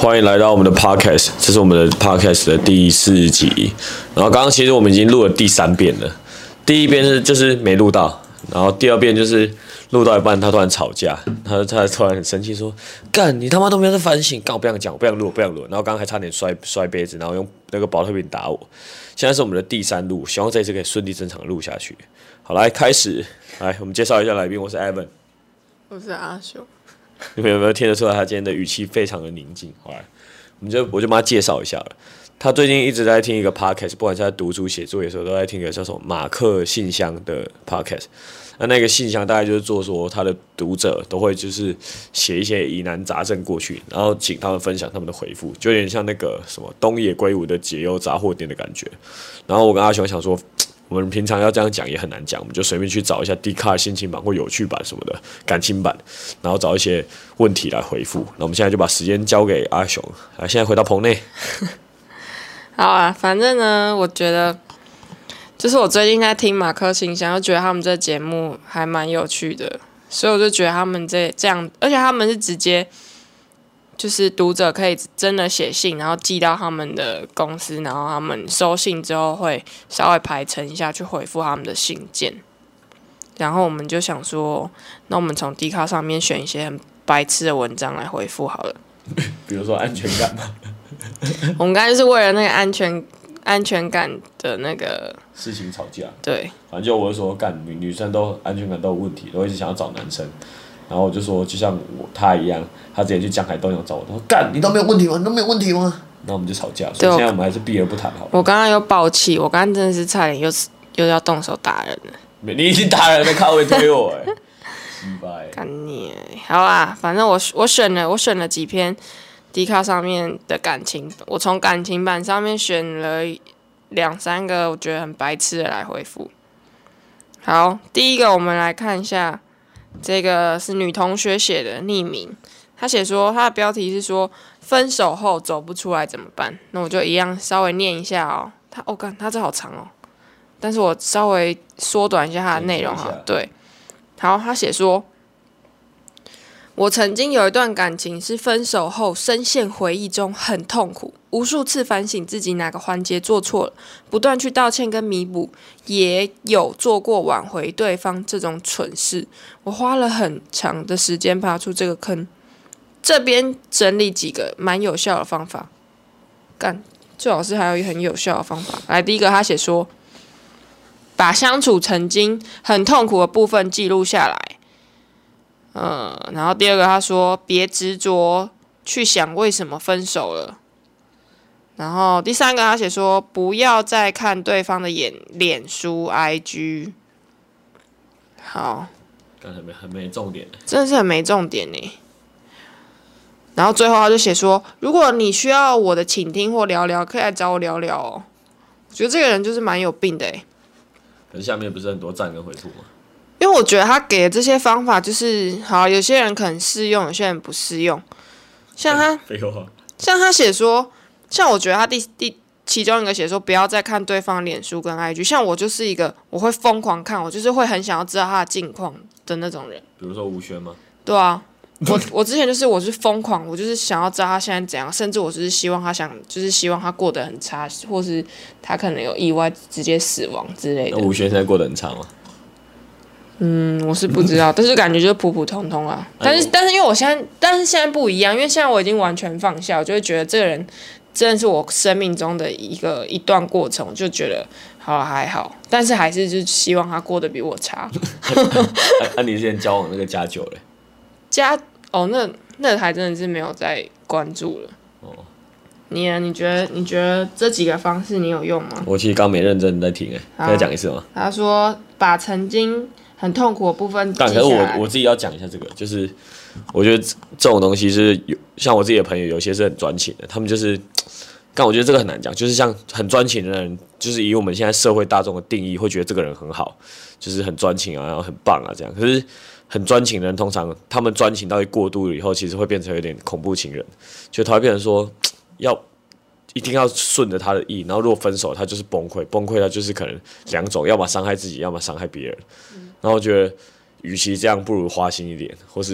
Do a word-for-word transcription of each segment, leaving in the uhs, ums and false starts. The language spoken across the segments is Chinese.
欢迎来到我们的 podcast， 这是我们的 podcast 的第四集。然后刚刚其实我们已经录了第三遍了，第一遍是就是没录到，然后第二遍就是录到一半他突然吵架，他他突然很生气说：“干你他妈都没有在反省，干我不想讲，我不想录，我不想录。”然后刚刚还差点摔摔杯子，然后用那个保特瓶打我。现在是我们的第三录，希望这一次可以顺利正常的录下去。好，来开始，来我们介绍一下来宾，我是 Evan， 我是阿雄。 你们有没有听得出来他今天的语气非常的宁静？好来，我们就我就帮他介绍一下了。他最近一直在听一个 podcast， 不管是在读书写作业的时候，都在听一个叫什么马克信箱的 podcast。那那个信箱大概就是做说他的读者都会就是写一些疑难杂症过去，然后请他们分享他们的回复，就有点像那个什么东野圭吾的解忧杂货店的感觉。然后我跟阿雄想说，我们平常要这样讲也很难讲，我们就随便去找一下 Dcard 心情版或有趣版什么的感情版，然后找一些问题来回复。那我们现在就把时间交给阿雄，来，现在回到棚内。 好啊，反正呢，我觉得就是我最近在听马克信箱，就觉得他们这节目还蛮有趣的，所以我就觉得他们这这样，而且他们是直接就是读者可以真的写信，然后寄到他们的公司，然后他们收信之后会稍微排程一下去回复他们的信件。然后我们就想说，那我们从 Dcard 上面选一些很白痴的文章来回复好了。 比如说安全感嘛。 我们刚才就是为了那个安全安全感的那个事情吵架。 对， 反正就我就说，干女女生都安全感都有问题，都一直想要找男生。然后我就说，就像我他一样，他之前去江海东洋找我，他说干你都没有问题吗？你都没有问题吗？然后我们就吵架，所以现在我们还是避而不谈好了。 我刚刚又爆气，我刚刚真的是差点又又要动手打人了。 你已经打人了，靠位推我哎、欸，鸡巴哎！ 干你、欸！好啦，反正我我选了我选了几篇 Dcard 上面的感情，我从感情版上面选了两三个我觉得很白痴的来回复。好，第一个我们来看一下，这个是女同学写的匿名，她写说她的标题是说分手后走不出来怎么办？那我就一样稍微念一下哦。她哦，干，她这好长哦，但是我稍微缩短一下她的内容哈。对，好，她写说。我曾经有一段感情是分手后深陷回忆中很痛苦，无数次反省自己哪个环节做错了，不断去道歉跟弥补，也有做过挽回对方这种蠢事。我花了很长的时间爬出这个坑，这边整理几个蛮有效的方法。干，最好是还有一个很有效的方法。来，第一个他写说，把相处曾经很痛苦的部分记录下来。嗯，然后第二个他说别执着去想为什么分手了，然后第三个他写说不要再看对方的眼脸书 I G， 好， 很没很没重点， 真的是很没重点呢。然后最后他就写说，如果你需要我的倾听或聊聊，可以来找我聊聊哦。我觉得这个人就是蛮有病的诶。 可是下面不是很多赞跟回复吗？ 因为我觉得他给的这些方法就是好，有些人可能适用，有些人不适用。像他，像他写说，像我觉得他第第其中一个写说，不要再看对方脸书跟 I G。像我就是一个我会疯狂看，我就是会很想要知道他的近况的那种人。 比如说吴轩吗？ 对啊，我我之前就是我是疯狂，我就是想要知道他现在怎样，甚至我就是希望他想，就是希望他过得很差，或是他可能有意外直接死亡之类的。 那吴轩现在过得很差吗？ 嗯，我是不知道，但是感觉就是普普通通啊。但是，但是因为我现在，但是现在不一样，因为现在我已经完全放下，我就会觉得这个人真的是我生命中的一个一段过程，我就觉得好还好，但是还是就是希望他过得比我差。 那、啊啊、你之前交往那个加九嘞？ 加哦，那那还真的是没有再关注了。哦，你呢？你觉得你觉得这几个方式你有用吗？ 我其实刚没认真在听诶，可以再讲一次吗？ 他说把曾经很痛苦的部分记下来。 但可是我我自己要讲一下这个，就是我觉得这种东西是有，像我自己的朋友，有些是很专情的，他们就是，但我觉得这个很难讲，就是像很专情的人，就是以我们现在社会大众的定义，会觉得这个人很好，就是很专情啊，然后很棒啊这样。可是很专情的人，通常他们专情到一过度了以后，其实会变成有点恐怖情人，就他会变成说要。一定要顺着他的意，然后如果分手，他就是崩溃，崩溃他就是可能两种，要么伤害自己，要么伤害别人。嗯、然后我觉得，与其这样，不如花心一点，或是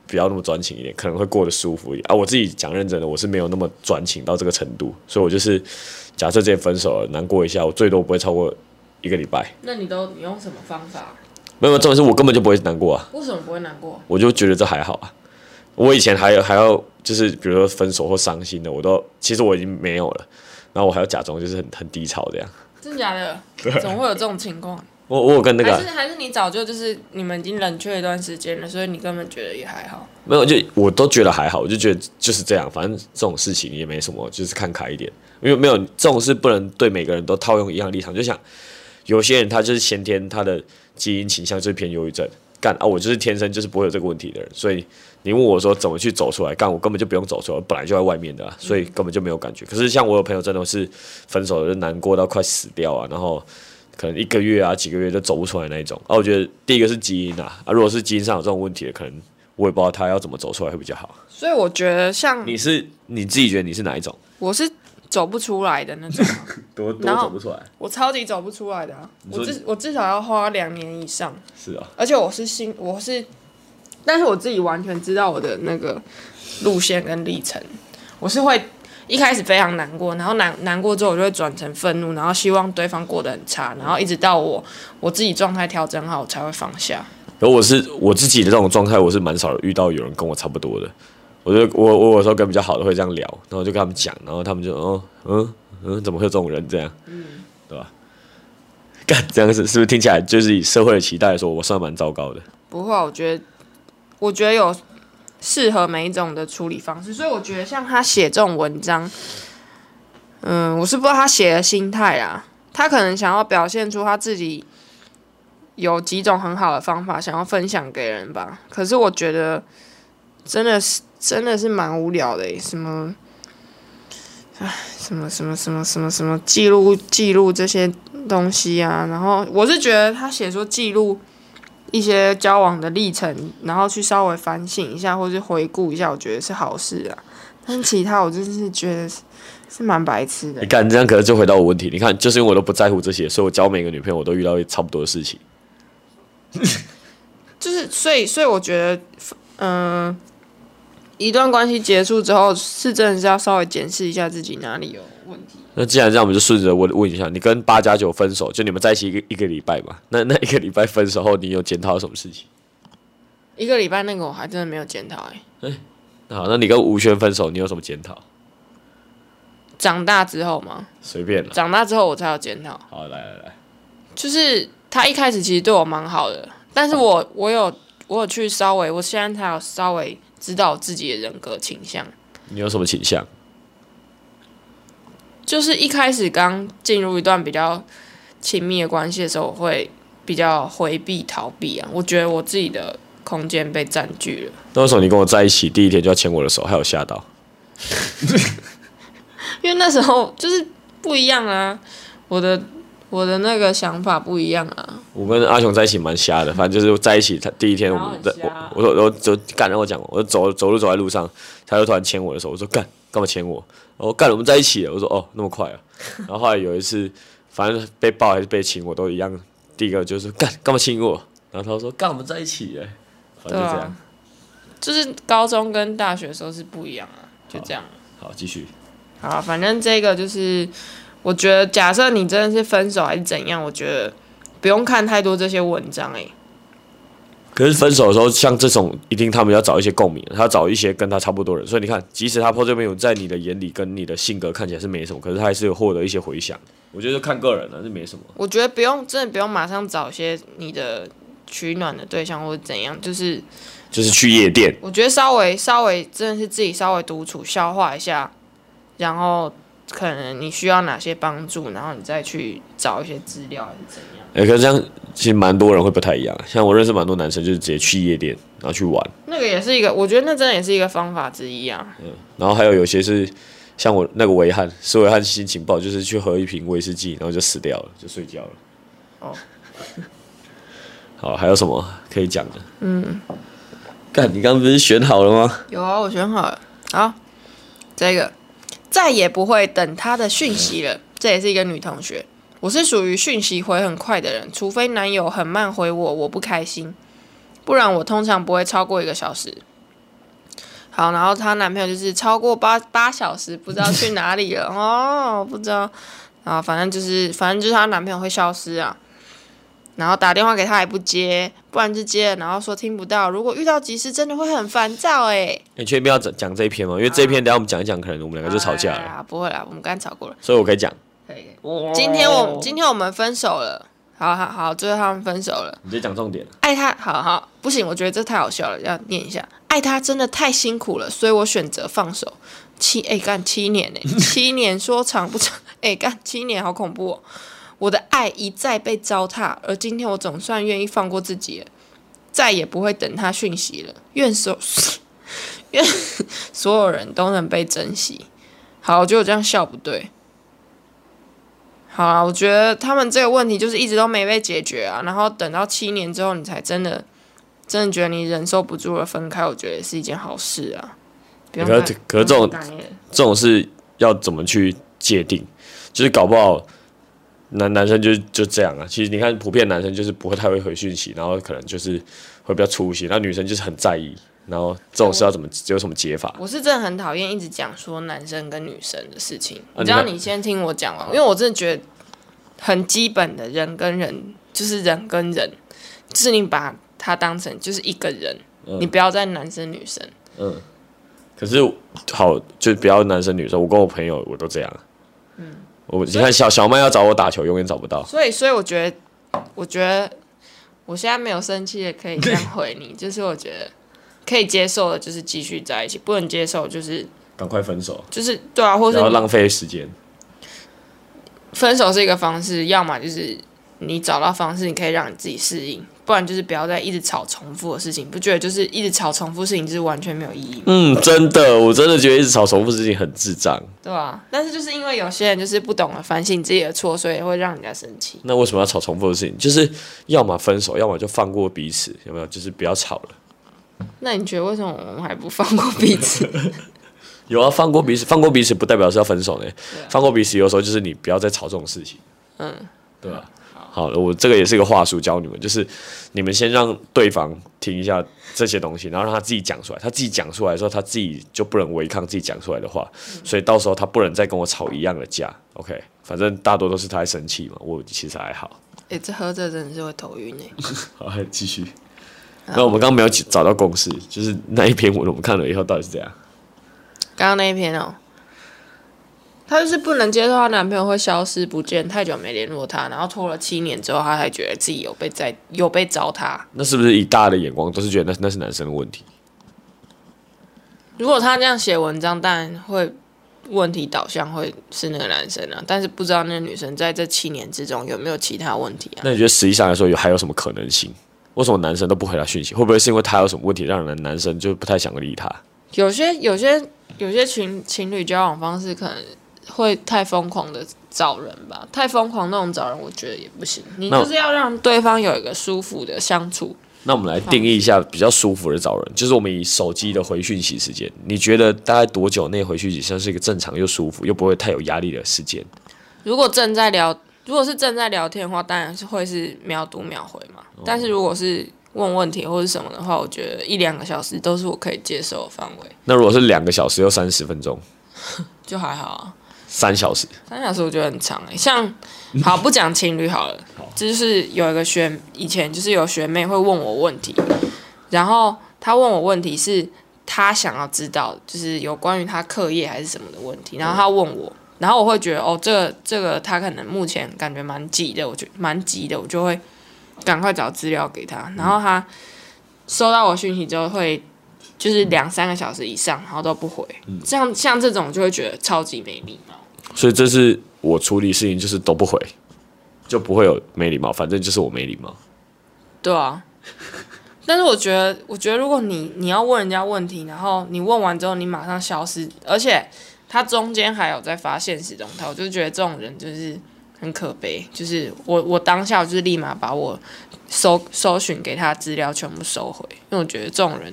不要那么专情一点，可能会过得舒服一点啊。我自己讲认真的，我是没有那么专情到这个程度，所以我就是假设之前分手了，难过一下，我最多不会超过一个礼拜。 那你都你用什么方法？ 没有，重点是我根本就不会难过啊。 为什么不会难过？ 我就觉得这还好啊。我以前还有还要就是比如说分手或伤心的，我都其实我已经没有了，然后我还要假装就是很很低潮这样。 真的假的？怎么会有这种情况？ 我我有跟那个、啊、 还是还是你早就就是你们已经冷却一段时间了，所以你根本觉得也还好。 没有，就我都觉得还好，我就觉得就是这样，反正这种事情也没什么，就是看开一点。因为没有这种事不能对每个人都套用一样的立场，就像有些人他就是先天他的基因倾向就是偏忧郁症，干啊我就是天生就是不会有这个问题的人，所以你问我说怎么去走出来，干我根本就不用走出来，我本来就在外面的、啊，所以根本就没有感觉。可是像我有朋友真的是分手了就难过到快死掉啊，然后。可能一个月啊，几个月就走不出来那一种啊。我觉得第一个是基因啊，啊，如果是基因上有这种问题的，可能我也不知道他要怎么走出来会比较好。 所以我觉得像你是你自己觉得你是哪一种？ 我是走不出来的那种、啊， 多多走不出来。 我超级走不出来的、啊，我至我至少要花两年以上。 是啊， 而且我是新我是，但是我自己完全知道我的那个路线跟历程，我是会。一开始非常难过，然后难难过之后，我就会转成愤怒，然后希望对方过得很差，然后一直到我我自己状态调整好，我才会放下。 然后我是我自己的这种状态，我是蛮少遇到有人跟我差不多的。我觉得我我有时候跟比较好的会这样聊，然后就跟他们讲，然后他们就哦嗯嗯，怎么会有这种人这样？嗯，对吧？干这样子是不是听起来就是以社会的期待来说，我算蛮糟糕的？ 不会，我觉得我觉得有。适合每一种的处理方式，所以我觉得像他写这种文章，嗯，我是不知道他写的心态啊，他可能想要表现出他自己有几种很好的方法想要分享给人吧。可是我觉得真的是真的是蛮无聊的耶，什么，唉，什么什么什么什么什么记录记录这些东西啊，然后我是觉得他写说记录。一些交往的历程，然后去稍微反省一下，或是回顾一下，我觉得是好事啊。但是其他我真是觉得是是蛮白痴的。 你看这样，可能就回到我问题。你看，就是因为我都不在乎这些，所以我交每个女朋友我都遇到差不多的事情。 就是所以所以我觉得，嗯、呃，一段关系结束之后，是真的是要稍微检视一下自己哪里有问题。 那既然这样，我们就顺着问问一下，你跟八加九分手，就你们在一起一个一个礼拜嘛？那那一个礼拜分手后，你有检讨什么事情？ 一个礼拜那个我还真的没有检讨哎。 哎，好，那你跟吴轩分手，你有什么检讨？ 长大之后吗？ 随便了。 长大之后我才有检讨。 好，来来来， 就是他一开始其实对我蛮好的，但是我我有我有去稍微，我现在才有稍微知道我自己的人格倾向。 你有什么倾向？ 就是一开始刚进入一段比较亲密的关系的时候，我会比较回避、逃避啊。我觉得我自己的空间被占据了。 那为什么你跟我在一起第一天就要牵我的手，还有吓到？ 因为那时候就是不一样啊，我的我的那个想法不一样啊。 我跟阿雄在一起蛮瞎的，反正就是在一起，他第一天我们在，我我说我就干，让我讲，我走走路走在路上，他就突然牵我的手，我说干，干嘛牵我？我干，我们在一起了。我说哦，那么快啊。然后后来有一次，反正被抱还是被亲，我都一样。第一个就是干，干嘛亲我？然后他说干，我们在一起了。反正就这样。啊、 就是高中跟大学的时候是不一样啊，就这样。 好，继续。 好，反正这个就是，我觉得假设你真的是分手还是怎样，我觉得不用看太多这些文章哎、欸。 可是分手的时候，像这种一定他们要找一些共鸣，他要找一些跟他差不多的人。所以你看，即使他破这边有在你的眼里跟你的性格看起来是没什么，可是他还是有获得一些回响。我觉得看个人了，这没什么。 我觉得不用，真的不用马上找一些你的取暖的对象或者怎样，就是就是去夜店。 我觉得稍微稍微真的是自己稍微独处消化一下，然后可能你需要哪些帮助，然后你再去找一些资料还是怎样。 哎、欸，可是这样其实蛮多人会不太一样。像我认识蛮多男生，就是直接去夜店，然后去玩。 那个也是一个，我觉得那真的也是一个方法之一啊。 嗯，然后还有有些是像我那个维汉，是维汉心情不好，就是去喝一瓶威士忌，然后就死掉了，就睡觉了。 哦。 好，还有什么可以讲的？嗯。干，你刚刚不是选好了吗？ 有啊，我选好了。好，这个再也不会等他的讯息了。这也是一个女同学。我是属于讯息回很快的人，除非男友很慢回我，我不开心，不然我通常不会超过一个小时。 好，然后她男朋友就是超过八八小时不知道去哪里了哦，不知道，然后反正就是反正就是她男朋友会消失啊。然后打电话给他也不接，不然就接了，然后说听不到。如果遇到急事，真的会很烦躁哎。 你确定要讲这一篇吗？因为这一篇等一下我们讲一讲，可能我们两个就吵架了。 啊，不会啦，我们刚才吵过了， 所以我可以讲。 可以。今天我今天我们分手了，好好好，最后他们分手了。 你直接讲重点。 爱他，好好不行，我觉得这太好笑了，要念一下。爱他真的太辛苦了，所以我选择放手。七哎干七年哎、欸，七年说长不长哎干七年好恐怖哦。我的爱一再被糟蹋，而今天我总算愿意放过自己了，再也不会等他讯息了。愿所愿所有人都能被珍惜。好，我觉得我这样笑不对。好啊，我觉得他们这个问题就是一直都没被解决啊，然后等到七年之后，你才真的真的觉得你忍受不住了分开，我觉得也是一件好事啊。不用可是可是这种这种是要怎么去界定？就是搞不好。男男生就就这样啊，其实你看，普遍男生就是不会太会回讯息，然后可能就是会比较粗心，然后女生就是很在意，然后这种事要怎么有什么解法？ 我是真的很讨厌一直讲说男生跟女生的事情，你知道？你先听我讲完，因为我真的觉得很基本的人跟人就是人跟人，就是你把他当成就是一个人，嗯、你不要再男生女生。 嗯。可是好，就不要男生女生，我跟我朋友我都这样。嗯。我你看小小麦要找我打球，永远找不到。 所以，所以我觉得，我觉得我现在没有生气的可以这样回你，就是我觉得可以接受的，就是继续在一起；不能接受就是赶快分手。 就是对啊，或是不要浪费时间。 分手是一个方式，要么就是你找到方式，你可以让你自己适应。不然就是不要再一直吵重复的事情，不觉得就是一直吵重复事情就是完全没有意义吗？ 嗯，真的，我真的觉得一直吵重复事情很智障。 对啊，但是就是因为有些人就是不懂得反省自己的错，所以会让人家生气。 那为什么要吵重复的事情？就是要么分手，要么就放过彼此，有没有？就是不要吵了。 那你觉得为什么我们还不放过彼此？ 有啊，放过彼此，放过彼此不代表是要分手呢。啊、放过彼此有时候就是你不要再吵这种事情。嗯，对吧？好，我这个也是一个话术教你们，就是你们先让对方听一下这些东西，然后让他自己讲出来。他自己讲出来的时候，他自己就不能违抗自己讲出来的话，嗯、所以到时候他不能再跟我吵一样的架。OK， 反正大多都是他在生气嘛，我其实还好。 哎、欸，这喝这真的是会头晕哎。 好，继续。那我们刚刚没有找到共识，就是那一篇文我们看了以后到底是怎样？ 刚刚那一篇哦。她就是不能接受她男朋友会消失不见，太久没联络她，然后拖了七年之后，她才觉得自己有被在有被糟蹋。 那是不是以大家的眼光都是觉得那那是男生的问题？ 如果他这样写文章，当然会问题导向会是那个男生啊，但是不知道那个女生在这七年之中有没有其他问题啊？ 那你觉得实际上来说有还有什么可能性？为什么男生都不回他讯息？会不会是因为他有什么问题，让人男生就不太想理他？ 有些有些有些情情侣交往方式可能会太疯狂的找人吧，太疯狂那种找人，我觉得也不行。你就是要让对方有一个舒服的相处。 那我们来定义一下比较舒服的找人，就是我们以手机的回讯息时间，你觉得大概多久内回讯息像是一个正常又舒服又不会太有压力的时间？ 如果正在聊，如果是正在聊天的话，当然是会是秒读秒回嘛。哦、但是如果是问问题或是什么的话，我觉得一两个小时都是我可以接受的范围。 那如果是两个小时又三十分钟， 就还好啊。 三小时， 三小时我觉得很长哎、欸。像好不讲情侣好了，就是有一个学以前就是有学妹会问我问题，然后她问我问题是她想要知道，就是有关于她课业还是什么的问题，然后她问我，然后我会觉得哦，这个这个她可能目前感觉蛮急的，我觉得蛮急的，我就会赶快找资料给她，然后她收到我讯息之后会。就是两三个小时以上，然后都不回，嗯、像像这种就会觉得超级没礼貌。 所以这是我处理事情就是都不回，就不会有没礼貌，反正就是我没礼貌。 对啊，但是我觉得，我觉得如果你你要问人家问题，然后你问完之后你马上消失，而且他中间还有在发现实动态，我就觉得这种人就是很可悲。就是我我当下就是立马把我搜搜寻给他资料全部收回，因为我觉得这种人。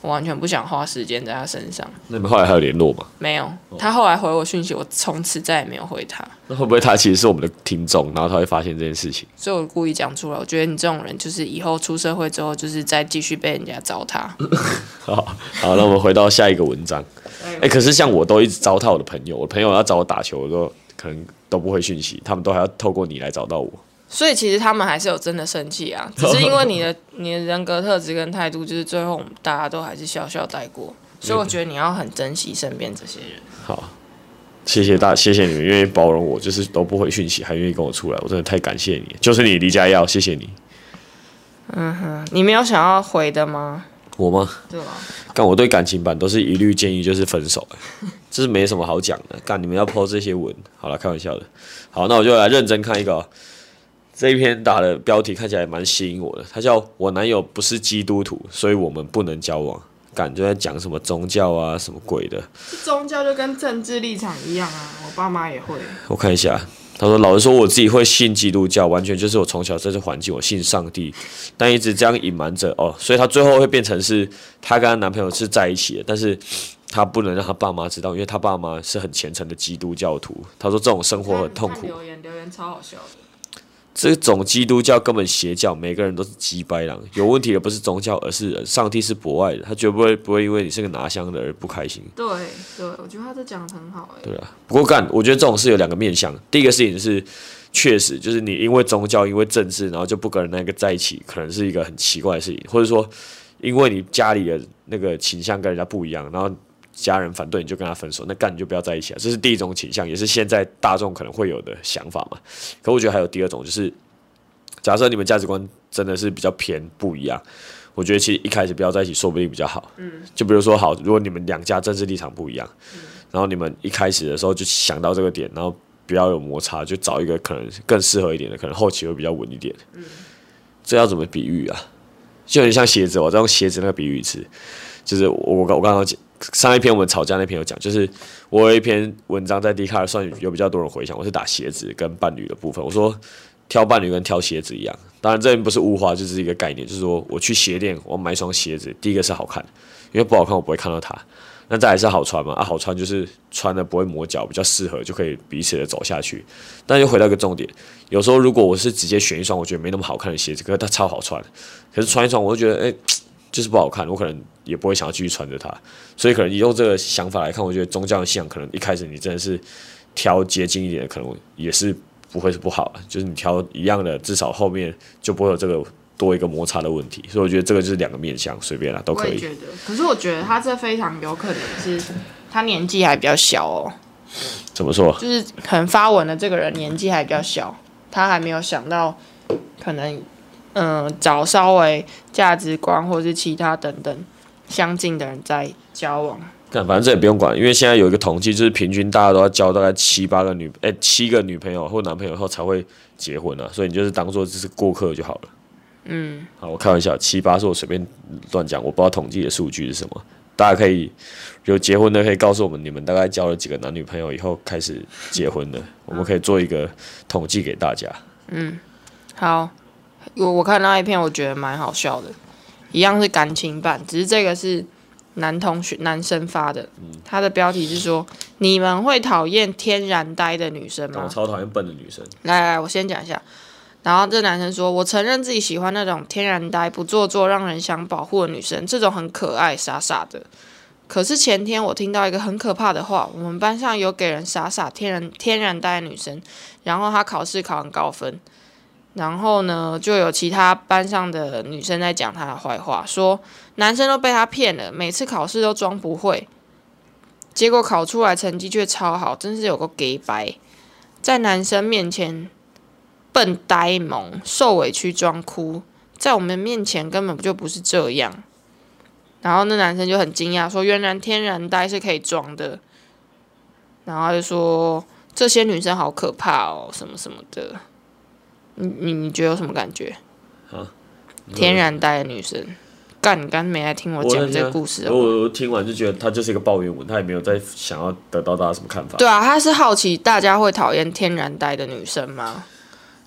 我完全不想花时间在他身上。 那你们后来还有联络吗？ 没有，他后来回我讯息，我从此再也没有回他。 那会不会他其实是我们的听众，然后他会发现这件事情？ 所以我故意讲出来。我觉得你这种人，就是以后出社会之后，就是再继续被人家糟蹋。 好，好，那我们回到下一个文章。哎、欸，可是像我都一直糟蹋我的朋友，我朋友要找我打球，我都可能都不会讯息，他们都还要透过你来找到我。 所以其实他们还是有真的生气啊，只是因为你的你的人格特质跟态度，就是最后大家都还是笑笑带过。所以我觉得你要很珍惜身边这些人。 好，谢谢大，谢谢你们愿意包容我，就是都不回讯息，还愿意跟我出来，我真的太感谢你。就是你离家要，谢谢你。 嗯哼，你没有想要回的吗？ 我吗？ 对啊。 干，我对感情版都是一律建议就是分手，这是没什么好讲的。干，你们要 po 这些文，好了，开玩笑的。好，那我就来认真看一个、喔。这一篇打的标题看起来蛮吸引我的，他叫我男友不是基督徒，所以我们不能交往。感就在讲什么宗教啊，什么鬼的。 宗教就跟政治立场一样啊，我爸妈也会。 我看一下，他说老实说我自己会信基督教，完全就是我从小在这环境我信上帝，但一直这样隐瞒着哦，所以他最后会变成是她跟她男朋友是在一起的，但是她不能让她爸妈知道，因为她爸妈是很虔诚的基督教徒。他说这种生活很痛苦。 留言留言超好笑的。 这种基督教根本邪教，每个人都是鸡掰狼。有问题的不是宗教，而是人。上帝是博爱的，他绝不会不会因为你是个拿香的而不开心。 对对，我觉得他这讲的很好哎。 对啊，不过干，我觉得这种事有两个面向。第一个事情是，确实就是你因为宗教、因为政治，然后就不跟那个在一起，可能是一个很奇怪的事情，或者说因为你家里的那个倾向跟人家不一样，然后家人反对你就跟他分手，那干你就不要在一起了。这是第一种倾向，也是现在大众可能会有的想法嘛。可我觉得还有第二种，就是假设你们价值观真的是比较偏不一样，我觉得其实一开始不要在一起，说不定比较好。嗯，就比如说好，如果你们两家政治立场不一样，嗯、然后你们一开始的时候就想到这个点，然后不要有摩擦，就找一个可能更适合一点的，可能后期会比较稳一点。嗯，这要怎么比喻啊？就有点像鞋子，我再用鞋子那个比喻一次，就是我我我刚刚讲。上一篇我们吵架那篇有讲，就是我有一篇文章在 Dcard 算有比较多人回响，我是打鞋子跟伴侣的部分。我说挑伴侣跟挑鞋子一样，当然这边不是物化，就是一个概念，就是说我去鞋店，我买一双鞋子，第一个是好看，因为不好看我不会看到它。那再来是好穿嘛，啊好穿就是穿的不会磨脚，比较适合，就可以彼此的走下去。但又回到一个重点，有时候如果我是直接选一双我觉得没那么好看的鞋子，可是它超好穿，可是穿一双我就觉得哎、欸、就是不好看，我可能也不会想要继续穿着它。所以可能你用这个想法来看，我觉得宗教的信仰可能一开始你真的是挑接近一点的，可能也是不会是不好，就是你挑一样的，至少后面就不会有这个多一个摩擦的问题。所以我觉得这个就是两个面向，随便啦都可以。 我也觉得，可是我觉得他这非常有可能是他年纪还比较小哦。 怎么说？ 就是可能发文的这个人年纪还比较小，他还没有想到可能嗯、呃、找稍微价值观或是其他等等相近的人在交往。 但反正这也不用管，因为现在有一个统计，就是平均大家都要交大概七八个女，哎、欸、七个女朋友或男朋友后才会结婚啊，所以你就是当做这是过客就好了。嗯，好，我开玩笑，七八是我随便乱讲，我不知道统计的数据是什么，大家可以有结婚的可以告诉我们，你们大概交了几个男女朋友以后开始结婚的，我们可以做一个统计给大家。 嗯，好，我我看那一篇，我觉得蛮好笑的，一样是感情版，只是这个是男同学男生发的，他的标题是说：你们会讨厌天然呆的女生吗？ 我超讨厌笨的女生。 来来，我先讲一下。然后这男生说：我承认自己喜欢那种天然呆、不做作、让人想保护的女生，这种很可爱、傻傻的。可是前天我听到一个很可怕的话，我们班上有给人傻傻天然天然呆的女生，然后她考试考很高分，然后呢就有其他班上的女生在讲她的坏话，说男生都被她骗了，每次考试都装不会，结果考出来成绩却超好，真是有个假掰，在男生面前笨呆萌，受委屈装哭，在我们面前根本就不是这样。然后那男生就很惊讶，说：“原来天然呆是可以装的。”然后他就说：“这些女生好可怕哦，什么什么的。你”你你觉得有什么感觉？啊？天然呆的女生，干你刚没来听我讲这个故事？ 我我听完就觉得他就是一个抱怨文，他也没有在想要得到大家什么看法。 对啊，他是好奇大家会讨厌天然呆的女生吗？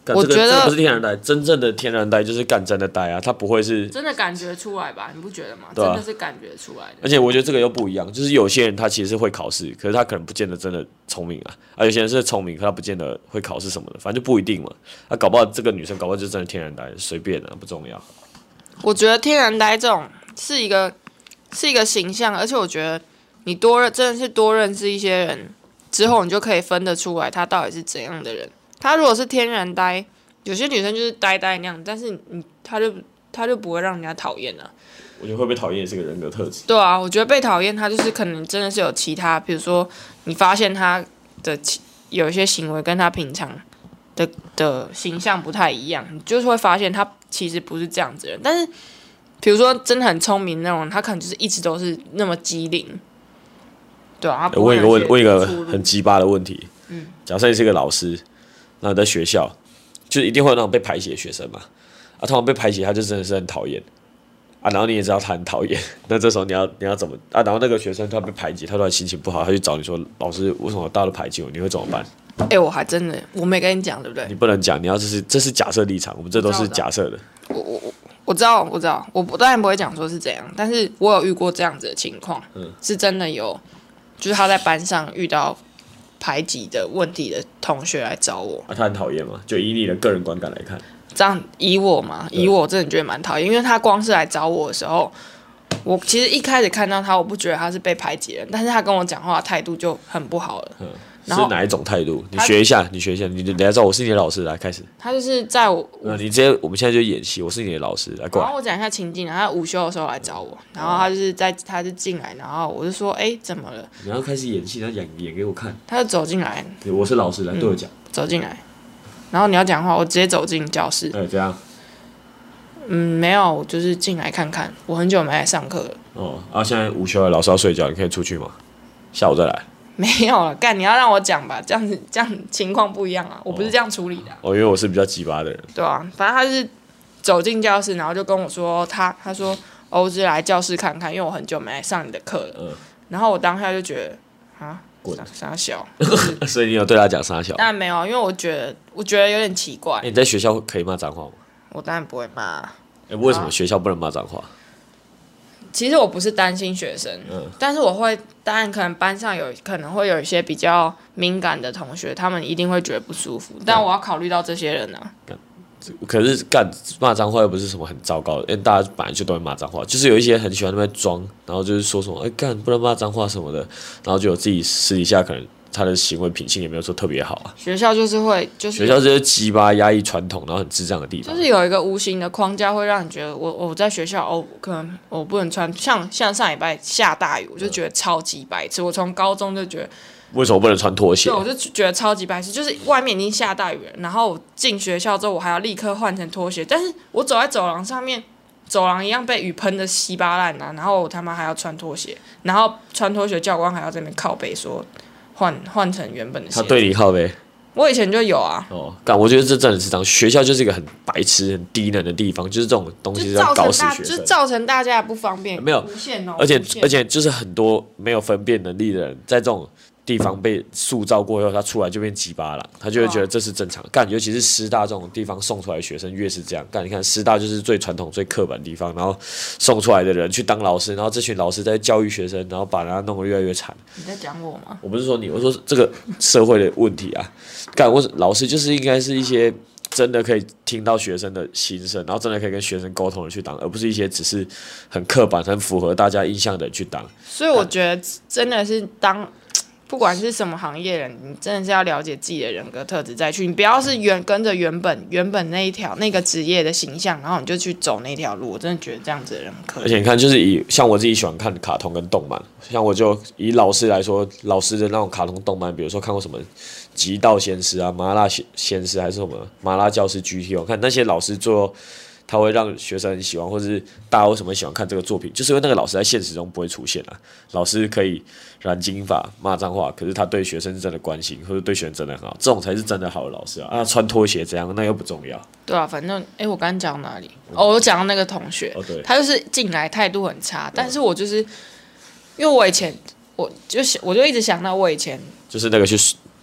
我觉得、这个、这个不是天然呆，真正的天然呆就是干真的呆啊，他不会是真的感觉出来吧？你不觉得吗？ 对啊、 真的是感觉出来的。 而且我觉得这个又不一样，就是有些人他其实是会考试，可是他可能不见得真的聪明啊，啊有些人是聪明，可他不见得会考试什么的，反正就不一定嘛。啊，搞不好这个女生搞不好就真的天然呆，随便啊，不重要。 我觉得天然呆这种是一个是一个形象，而且我觉得你多认真的是多认识一些人之后，你就可以分得出来他到底是怎样的人。他如果是天然呆，有些女生就是呆呆那样，但是你他就他就不会让人家讨厌啊。 我觉得会被讨厌也是个人格特质。 对啊，我觉得被讨厌他就是可能真的是有其他，比如说你发现他的有一些行为跟他平常的的形象不太一样，你就是会发现他其实不是这样子的人。但是比如说真的很聪明那种，他可能就是一直都是那么机灵。对啊，他问一个问问一个很鸡巴的问题，嗯，假设你是一个老师，那你在学校，就是一定会有那种被排挤的学生嘛，啊，通常被排挤他就真的是很讨厌，啊，然后你也知道他很讨厌，那这时候你要你要怎么啊？然后那个学生他被排挤，他突然心情不好，他去找你说，老师为什么大家都排挤我？你会怎么办？ 哎、欸，我还真的我没跟你讲，对不对？ 你不能讲，你要这是这是假设立场，我们这都是假设的。 我我我我知道我知道，我当然不会讲说是怎样，但是我有遇过这样子的情况，嗯，是真的有。就是他在班上遇到排挤的问题的同学来找我， 啊，他很讨厌吗？就以你的个人观感来看， 这样以我嘛，以我真的觉得蛮讨厌，因为他光是来找我的时候，我其实一开始看到他，我不觉得他是被排挤的人，但是他跟我讲话的态度就很不好了。嗯， 是哪一种态度？你学一下，你学一下，你来找我是你的老师来开始。 他就是在我， 呃，你直接我们现在就演戏，我是你的老师来过来。 然后我讲一下情境，他午休的时候来找我，然后他就是在他就进来，然后我就说，哎、欸，怎么了？ 你要开始演戏，他演演给我看。 他就走进来， 我是老师，来对我讲、 嗯。走进来，然后你要讲话，我直接走进教室。 对，这样。 嗯，没有，我就是进来看看，我很久没来上课了。 哦，啊，现在午休了，老师要睡觉，你可以出去吗？下午再来。 没有了，干！你要让我讲吧，这样子这样情况不一样啊，我不是这样处理的、啊。 哦，因为我是比较鸡巴的人。 对啊，反正他是走进教室，然后就跟我说，他他说，哦，我只是来教室看看，因为我很久没来上你的课了。嗯。然后我当下就觉得，啊， 滚， 傻小。 所以你有对他讲傻小？ 当然没有，因为我觉得我觉得有点奇怪。 欸、你在学校可以骂脏话吗？ 我当然不会骂。 哎、欸，为什么学校不能骂脏话？ 其实我不是担心学生，嗯、但是我会，当然可能班上有可能会有一些比较敏感的同学，他们一定会觉得不舒服，但我要考虑到这些人啊。 可是干骂脏话又不是什么很糟糕的，因为大家本来就都会骂脏话，就是有一些很喜欢那边装，然后就是说什么哎干、欸、不能骂脏话什么的，然后就有自己私底下可能他的行为品性也没有说特别好啊。 学校就是会，就是学校就是鸡巴压抑传统，然后很智障的地方。 就是有一个无形的框架，会让你觉得我我在学校哦，可能我不能穿，像像上礼拜下大雨，我就觉得超级白痴。我从高中就觉得。 为什么不能穿拖鞋？ 对，我就觉得超级白痴，就是外面已经下大雨了，然后进学校之后，我还要立刻换成拖鞋，但是我走在走廊上面，走廊一样被雨喷的稀巴烂啊，然后我他妈还要穿拖鞋，然后穿拖鞋教官还要在那边靠北说换换成原本的鞋。 他对你靠北？ 我以前就有啊。 哦，干，我觉得这真的是这样，学校就是一个很白痴、很低能的地方，就是这种东西要搞死学生， 就造成大家的不方便。 没有， 无限哦， 而且而且就是很多没有分辨能力的人，在这种地方被塑造过后，他出来就变鸡巴了，他就会觉得这是正常。干，尤其是师大这种地方送出来的学生越是这样。干，你看师大就是最传统、最刻板的地方，然后送出来的人去当老师，然后这群老师在教育学生，然后把人家弄得越来越惨。 你在讲我吗？ 我不是说你，我说这个社会的问题啊。干，我老师就是应该是一些真的可以听到学生的心声，然后真的可以跟学生沟通的去当，而不是一些只是很刻板、很符合大家印象的人去当。 所以我觉得真的是当。不管是什么行业人，你真的是要了解自己的人格特质再去，你不要是原跟着原本原本那一条那个职业的形象，然后你就去走那条路。我真的觉得这样子的人可以。 而且你看，就是以像我自己喜欢看卡通跟动漫，像我就以老师来说，老师的那种卡通动漫，比如说看过什么《极道鲜师》啊、《麻辣鲜师》还是什么《麻辣教师 G T》，我看那些老师最后他会让学生很喜欢，或者是大家为什么喜欢看这个作品，就是因为那个老师在现实中不会出现啊。老师可以染金发、骂脏话，可是他对学生是真的关心，或者对学生真的很好，这种才是真的好的老师啊！啊，穿拖鞋怎样，那又不重要。 对啊，反正哎、欸，我刚刚讲哪里？哦，我讲到那个同学， 哦、对他就是进来态度很差，但是我就是因为我以前我就想，我就一直想到我以前就是那个去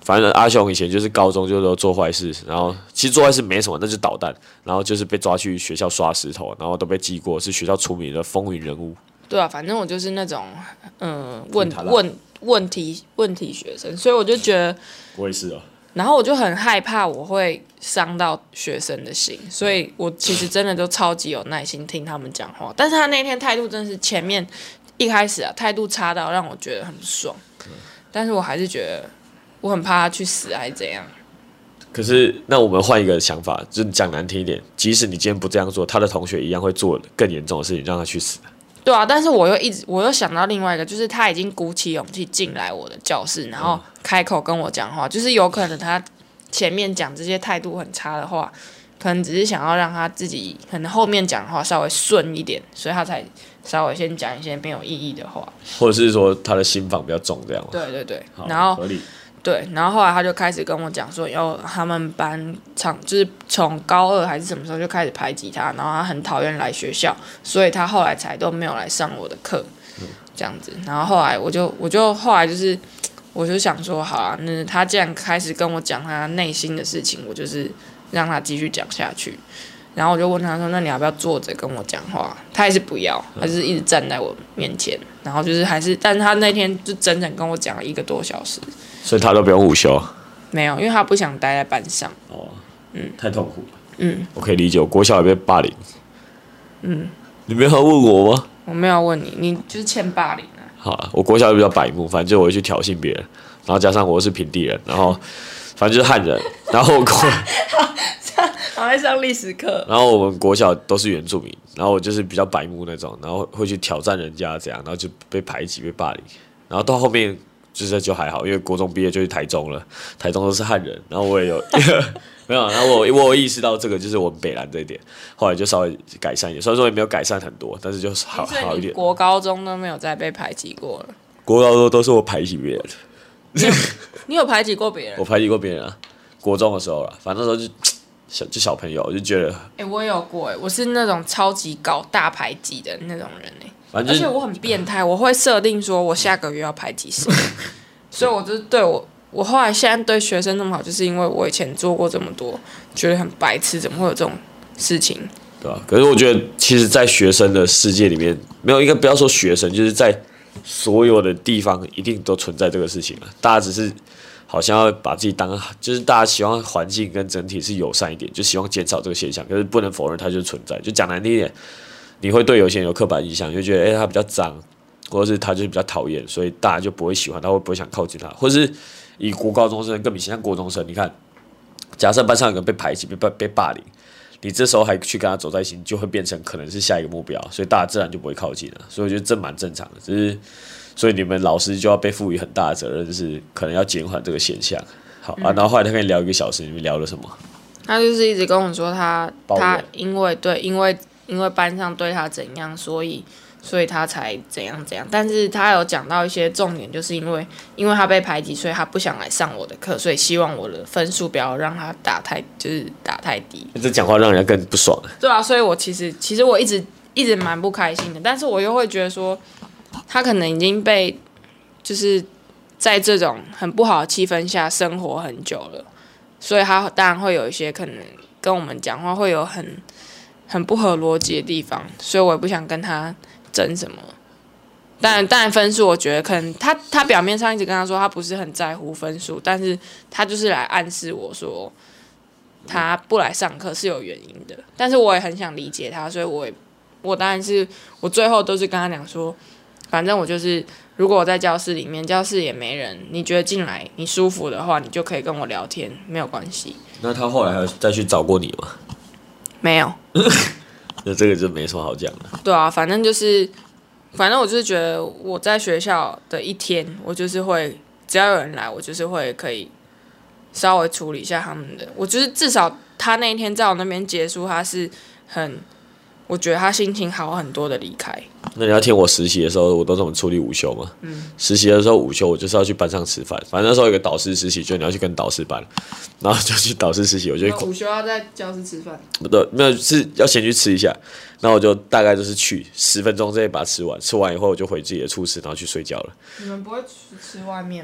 反正阿雄以前就是高中就是做坏事，然后其实做坏事没什么，那就是捣蛋，然后就是被抓去学校刷石头，然后都被记过，是学校出名的风云人物。 对啊，反正我就是那种嗯问问问题问题学生，所以我就觉得我也是哦。 然后我就很害怕我会伤到学生的心，所以我其实真的都超级有耐心听他们讲话。但是他那天态度真的是前面一开始啊态度差到让我觉得很不爽，但是我还是觉得我很怕他去死还是怎样。 可是那我们换一个想法，就是讲难听一点，即使你今天不这样做，他的同学一样会做更严重的事情，让他去死。 对啊，但是我又一直我又想到另外一个，就是他已经鼓起勇气进来我的教室，然后开口跟我讲话，就是有可能他前面讲这些态度很差的话，可能只是想要让他自己可能后面讲话稍微顺一点，所以他才稍微先讲一些没有意义的话， 或者是说他的心防比较重这样。 对对对，然后合理。 对，然后后来他就开始跟我讲说，要他们班长就是从高二还是什么时候就开始排挤他，然后他很讨厌来学校，所以他后来才都没有来上我的课，这样子。然后后来我就我就后来就是我就想说，好啊，那他既然开始跟我讲他内心的事情，我就是让他继续讲下去。然后我就问他说：“那你要不要坐着跟我讲话？”他还是不要，他就是一直站在我面前，然后就是还是，但是他那天就整整跟我讲了一个多小时。 所以他都不用午休？ 没有，因为他不想待在班上。 哦，嗯，太痛苦了。 嗯， 我可以理解，我国小也被霸凌。嗯，你没有要问我吗？ 我没有问你，你就是欠霸凌啊。 好啊，我国小也比较白目，反正就我会去挑衅别人，然后加上我是平地人，然后反正就是汉人，然后我国。 好爱上历史课。 然后我们国小都是原住民，然后我就是比较白目那种，然后会去挑战人家这样，然后就被排挤、被霸凌。然后到后面就是就还好，因为国中毕业就去台中了，台中都是汉人，然后我也有没有，然后我我有意识到这个就是我们北兰这一点，后来就稍微改善一点，虽然说也没有改善很多，但是就是好好一点。 国高中都没有再被排挤过了。 国高中都是我排挤别人的。 你有, 你有排挤过别人？ 我排挤过别人啊，国中的时候啦，反正那时候就。小就小朋友，我就觉得，哎、 欸，我有过哎，我是那种超级搞大排挤的那种人哎，而且我很变态，我会设定说我下个月要排挤谁，所以我就对我，我后来现在对学生那么好，就是因为我以前做过这么多，觉得很白痴，怎么会有这种事情？ 对吧、啊？可是我觉得，其实，在学生的世界里面，没有应该不要说学生，就是在所有的地方一定都存在这个事情了，大家只是。好像要把自己当，就是大家希望环境跟整体是友善一点，就希望减少这个现象。可是不能否认它就是存在。就讲难听一点，你会对有些人有刻板印象，就觉得哎、欸、他比较脏，或者是他就是比较讨厌，所以大家就不会喜欢他，会不会想靠近他？或者是以国高中生更明显，像国中生，你看，假设班上有人被排挤、被被霸凌，你这时候还去跟他走在一起，你就会变成可能是下一个目标，所以大家自然就不会靠近了。所以我觉得这蛮正常的，只是。所以你们老师就要被赋予很大的责任，就是可能要减缓这个现象。好、嗯、啊，然后后来他跟你聊一个小时，你们聊了什么？ 他就是一直跟我说他他因为对因为因为班上对他怎样，所以所以他才怎样怎样。但是他有讲到一些重点，就是因为因为他被排挤，所以他不想来上我的课，所以希望我的分数不要让他打太就是打太低。 这讲话让人家更不爽。 对啊，所以我其实其实我一直一直蛮不开心的，但是我又会觉得说。他可能已经被，就是在这种很不好的气氛下生活很久了，所以他当然会有一些可能跟我们讲话会有很很不合逻辑的地方，所以我也不想跟他争什么。当然，当然分数我觉得可能他他表面上一直跟他说他不是很在乎分数，但是他就是来暗示我说他不来上课是有原因的，但是我也很想理解他，所以我也我当然是我最后都是跟他讲说。反正我就是，如果我在教室里面，教室也没人，你觉得进来你舒服的话，你就可以跟我聊天，没有关系。 那他后来还有再去找过你吗？ 没有。 那这个就没什么好讲的。 对啊，反正就是，反正我就是觉得我在学校的一天，我就是会，只要有人来，我就是会可以稍微处理一下他们的。我就是至少他那一天在我那边结束，他是很。我觉得他心情好很多的离开。 那你要听我实习的时候，我都怎么处理午休吗？嗯，实习的时候午休，我就是要去班上吃饭。反正那时候有个导师实习，就你要去跟导师班，然后就去导师实习，我就午休要在教室吃饭。 不对，没有是要先去吃一下，然后我就大概就是去十分钟之内把它吃完，吃完以后我就回自己的处室，然后去睡觉了。 你们不会吃外面吗？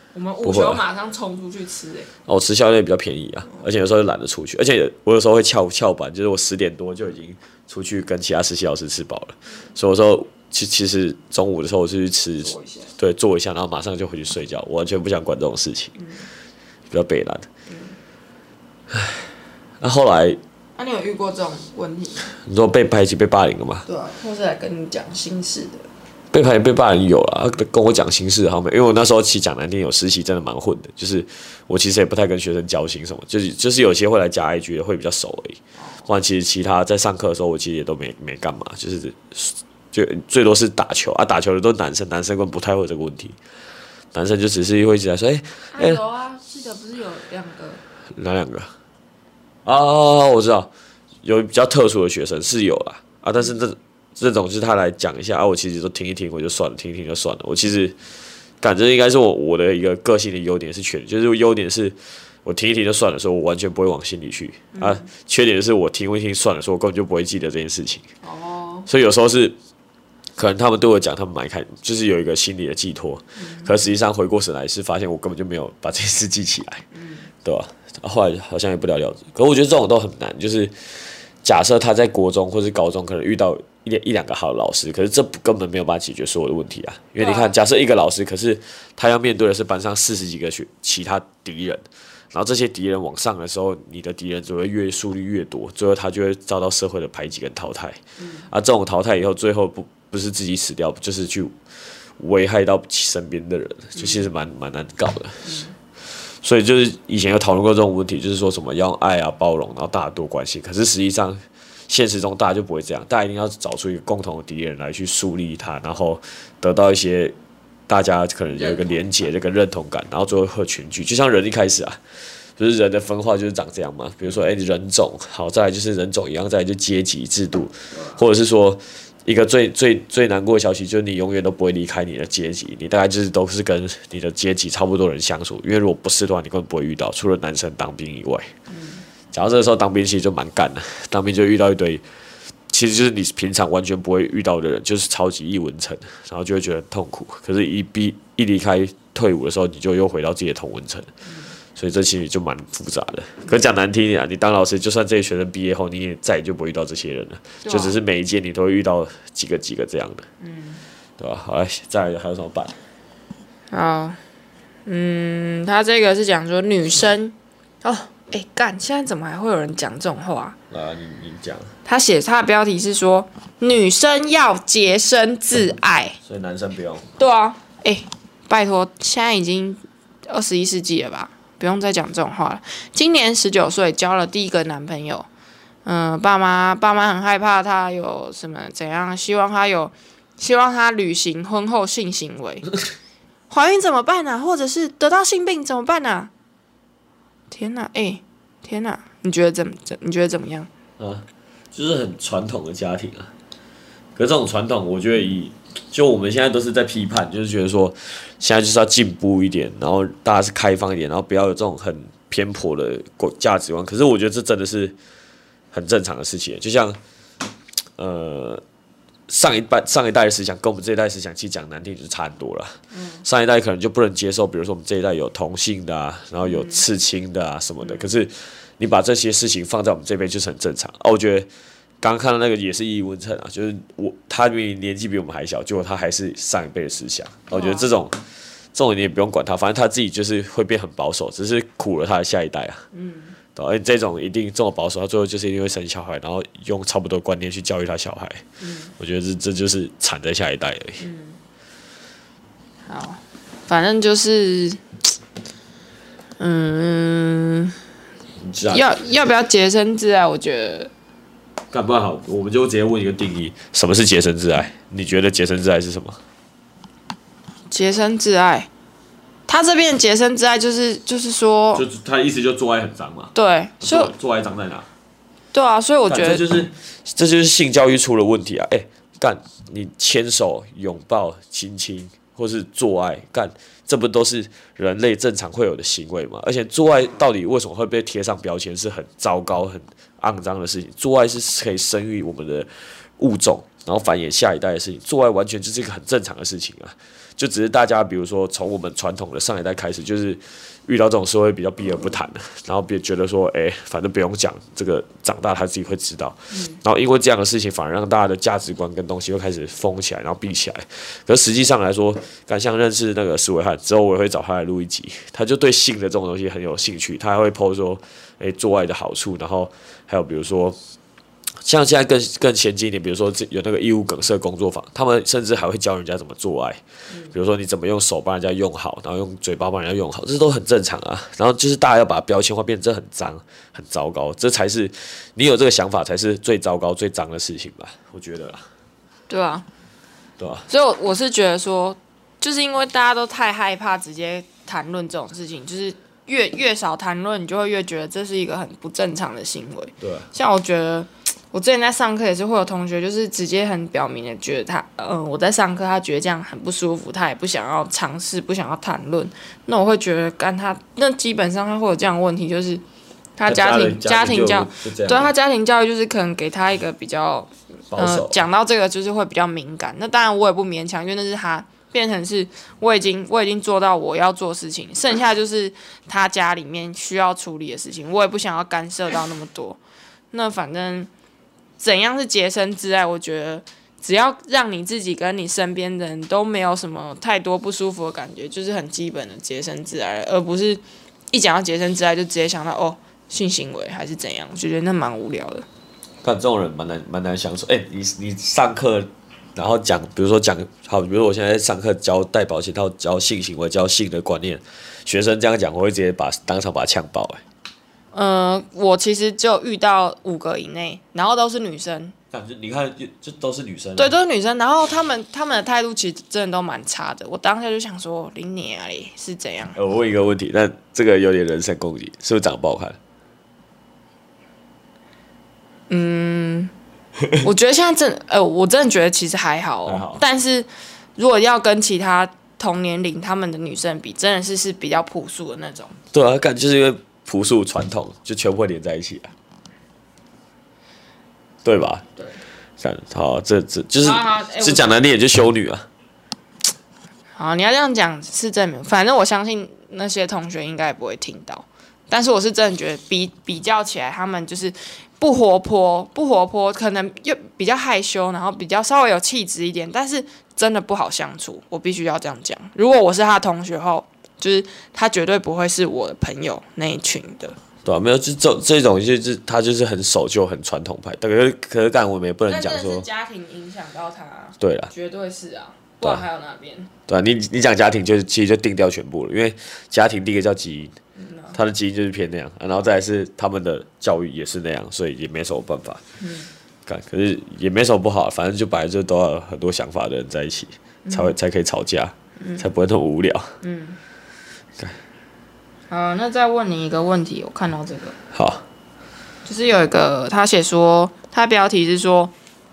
我们午休马上冲出去吃、欸，哎、 哦，我吃宵夜比较便宜啊，而且有时候懒得出去，而且我有时候会翘翘班，就是我十点多就已经出去跟其他实习老师吃饱了，所以我说其其实中午的时候我是去吃， 坐一下对，坐一下，然后马上就回去睡觉，我完全不想管这种事情，嗯、比较北蓝。唉、嗯，那后来， 那、啊、你有遇过这种问题吗？ 你说被排挤、被霸凌了吗？ 对啊，或是来跟你讲心事的。 被排被霸凌有啦，跟我讲心事好没？因为我那时候其实讲难听，有实习真的蛮混的，就是我其实也不太跟学生交心什么，就是就是有些会来加 I G 的会比较熟而已。不然其实其他在上课的时候，我其实也都没没干嘛，就是就最多是打球啊，打球的都是男生，男生根本不太会有这个问题，男生就只是会一直来说，哎、欸、哎、欸， 有啊，记得不是有两个？ 哪两个？啊，我知道，有比较特殊的学生是有啦啊，但是这。这种就是他来讲一下啊，我其实都听一听，我就算了，听一听就算了。我其实感觉应该是我我的一个个性的优点是缺点，就是优点是我听一听就算了，所以我完全不会往心里去、嗯、啊。缺点就是我听一听算了，所以我根本就不会记得这件事情。哦。所以有时候是可能他们对我讲，他们蛮开，就是有一个心理的寄托，嗯、可实际上回过神来是发现我根本就没有把这件事记起来，嗯、对吧？后来好像也不了了之。可我觉得这种都很难，就是假设他在国中或是高中可能遇到一一两个好的老师，可是这根本没有办法解决所有的问题啊！因为你看，假设一个老师，可是他要面对的是班上四十几个学其他敌人，然后这些敌人往上的时候，你的敌人只会越数率越多，最后他就会遭到社会的排挤跟淘汰。嗯、啊，这种淘汰以后，最后不不是自己死掉，就是去危害到身边的人，就其实蛮蛮难搞的。嗯、所以就是以前有讨论过这种问题，就是说什么要用爱啊、包容，然后大家多关心，可是实际上。现实中大家就不会这样，大家一定要找出一个共同的敌人来去树立他，然后得到一些大家可能有一个连结、这个认同感，然后最后会群聚。就像人一开始啊，就是人的分化就是长这样嘛。比如说，哎、欸，人种好，再来就是人种一样，再来就阶级制度，或者是说一个最最最难过的消息就是你永远都不会离开你的阶级，你大概就是都是跟你的阶级差不多人相处，因为如果不是的话，你根本不会遇到，除了男生当兵以外。然后这个时候当兵其实就蛮干的，当兵就遇到一堆，其实就是你平常完全不会遇到的人，就是超级易文层，然后就会觉得很痛苦。可是一，一逼一离开退伍的时候，你就又回到自己的同文层，所以这其实就蛮复杂的。可是讲难听一点啊，你当老师，就算这些学生毕业后，你也再也就不会遇到这些人了，就只是每一届你都会遇到几个几个这样的，嗯，对吧？好来，再来还有什么办？ 好，嗯，他这个是讲说女生哦。哎干！现在怎么还会有人讲这种话？ 啊，你你讲。 他写他的标题是说女生要洁身自爱， 所以男生不用。 对啊，哎，拜托，现在已经二十一世纪了吧，不用再讲这种话了。今年十九岁，交了第一个男朋友，嗯、呃，爸妈爸妈很害怕他有什么怎样，希望他有，希望他履行婚后性行为，怀孕怎么办啊？或者是得到性病怎么办啊？天哪，哎、欸，天哪！你觉得怎么怎？你觉得怎么样？ 啊，就是很传统的家庭啊。可是这种传统，我觉得以就我们现在都是在批判，就是觉得说现在就是要进步一点，然后大家是开放一点，然后不要有这种很偏颇的价值观。可是我觉得这真的是很正常的事情，就像呃。上一代上一代的思想跟我们这一代思想其实讲难听就是差很多了。嗯、上一代可能就不能接受，比如说我们这一代有同性的啊，然后有刺青的啊什么的。嗯、可是你把这些事情放在我们这边就是很正常。啊，我觉得刚刚看到那个也是易文成啊，就是我他明明年纪比我们还小，结果他还是上一辈的思想。啊、我觉得这种这种你也不用管他，反正他自己就是会变很保守，只是苦了他的下一代啊。嗯而且这种一定这么保守，他最后就是一定会生小孩，然后用差不多观念去教育他小孩。嗯、我觉得这这就是惨在下一代而已。嗯、 好，反正就是，嗯，要要不要洁身自爱？我觉得， 干不好，我们就直接问一个定义：什么是洁身自爱？你觉得洁身自爱是什么？ 洁身自爱。他这边洁身自爱就是就是说， 就他的意思就做爱很脏嘛。 对，所以做爱脏在哪？ 对啊，所以我觉得这就是这就是性教育出了问题啊！哎、欸，干你牵手、拥抱、亲亲，或是做爱，干这不都是人类正常会有的行为吗？而且做爱到底为什么会被贴上标签，是很糟糕、很肮脏的事情。做爱是可以生育我们的物种，然后繁衍下一代的事情，做爱完全就是一个很正常的事情啊。就只是大家比如说从我们传统的上一代开始，就是遇到这种事会比较避而不谈，然后别觉得说，哎、欸，反正不用讲，这个长大他自己会知道。嗯、然后因为这样的事情，反而让大家的价值观跟东西会开始封起来，然后闭起来。可是实际上来说，敢像认识那个施伟汉之后，我也会找他来录一集，他就对性的这种东西很有兴趣，他还会 po 说，哎、欸，做爱的好处，然后还有比如说。像现在更更先进一点，比如说有那个义务梗塞工作坊，他们甚至还会教人家怎么做爱，比如说你怎么用手帮人家用好，然后用嘴巴帮人家用好，这都很正常啊。然后就是大家要把它标签化，变成这很脏、很糟糕，这才是你有这个想法才是最糟糕、最脏的事情吧？我觉得啦。 对啊， 对啊。 所以我是觉得说，就是因为大家都太害怕直接谈论这种事情，就是越越少谈论，你就会越觉得这是一个很不正常的行为。 对啊。 像我觉得。我之前在上课也是会有同学，就是直接很表明的觉得他，嗯、呃，我在上课，他觉得这样很不舒服，他也不想要尝试，不想要谈论。那我会觉得，干他，那基本上他会有这样的问题，就是他家庭家庭教，对他家庭教育就是可能给他一个比较，呃，讲到这个就是会比较敏感。那当然我也不勉强，因为那是他变成是我已经我已经做到我要做事情，剩下就是他家里面需要处理的事情，我也不想要干涉到那么多。那反正。怎样是洁身自爱？我觉得只要让你自己跟你身边的人都没有什么太多不舒服的感觉，就是很基本的洁身自爱，而不是一讲到洁身自爱就直接想到哦性行为还是怎样，我觉得那蛮无聊的。 看这种人蛮难蛮难相处。哎、欸，你你上课然后讲，比如说讲好，比如说我现在在上课教戴保险套、教性行为、教性的观念，学生这样讲，我会直接把当场把他呛爆、欸。哎。 呃，我其实就遇到五个以内，然后都是女生。 你看，就都是女生、啊。 对，都是女生。然后他们他们的态度其实真的都蛮差的。我当下就想说，林你啊嘞是怎样？ 呃，我问一个问题，那这个有点人身攻击，是不是长得不好看？ 嗯，我觉得现在真，呃，我真的觉得其实还好哦。 还好。 但是如果要跟其他同年龄他们的女生比，真的是是比较朴素的那种。 对啊，感就是因为。朴素传统就全部会连在一起啊，对吧？ 对。 好，这这就是是讲难听点就修女啊。 好，你要这样讲是证明，反正我相信那些同学应该也不会听到。但是我是真的觉得比比较起来，他们就是不活泼，不活泼，可能又比较害羞，然后比较稍微有气质一点，但是真的不好相处。我必须要这样讲。如果我是他的同学后。就是他绝对不会是我的朋友那一群的， 对啊，没有，就这这种就是他就是很守旧、很传统派，可是可是干我们也不能讲说家庭影响到他， 对啦， 绝对是啊，不然还有哪边？ 对啊，你你讲家庭就是其实就定掉全部了，因为家庭第一个叫基因，嗯啊、他的基因就是偏那样、啊，然后再来是他们的教育也是那样，所以也没什么办法。嗯，干可是也没什么不好，反正就本来就都要有很多想法的人在一起，嗯、才会才可以吵架，嗯、才不会那么无聊。嗯。 好，那再问你一个问题，我看到这个， 好， 就是有一个他写说，他标题是说，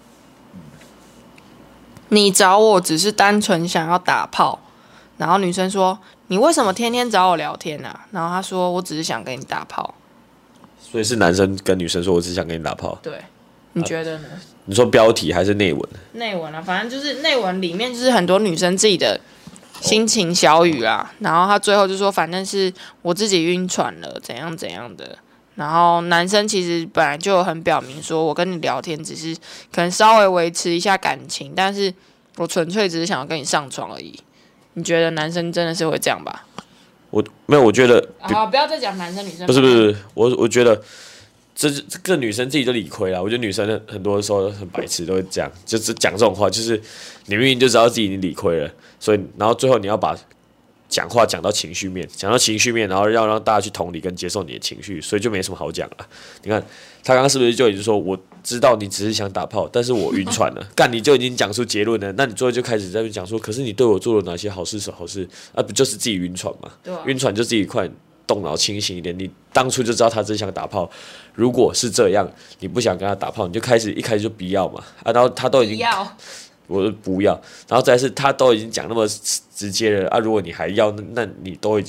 你找我只是单纯想要打炮，然后女生说，你为什么天天找我聊天啊？然后他说，我只是想跟你打炮。 所以是男生跟女生说，我只是想跟你打炮。 对，你觉得呢？啊、 你说标题还是内文？ 内文啊，反正就是内文里面就是很多女生自己的。心情小语啦，然后他最后就说，反正是我自己晕船了，怎样怎样的。然后男生其实本来就很表明说，我跟你聊天只是可能稍微维持一下感情，但是我纯粹只是想要跟你上床而已。你觉得男生真的是会这样吧？ 我没有，我觉得好，不要再讲男生女生。 不是不是，我我觉得这这个女生自己都理亏了。我觉得女生很多时候很白痴，都会这样，就是讲这种话，就是你明明就知道自己已经理亏了。所以，然后最后你要把讲话讲到情绪面，讲到情绪面，然后要让大家去同理跟接受你的情绪，所以就没什么好讲了。你看他刚刚是不是就已经说，我知道你只是想打炮，但是我晕船了，干你就已经讲出结论了，那你最后就开始在那讲说，可是你对我做了哪些好事是好事啊？不就是自己晕船嘛？ 对啊、 晕船就自己快动脑清醒一点，你当初就知道他只是想打炮。如果是这样，你不想跟他打炮，你就开始一开始就不要嘛啊，然后他都已经。我说不要，然后再是他都已经讲那么直接了啊！如果你还要，那那你都已经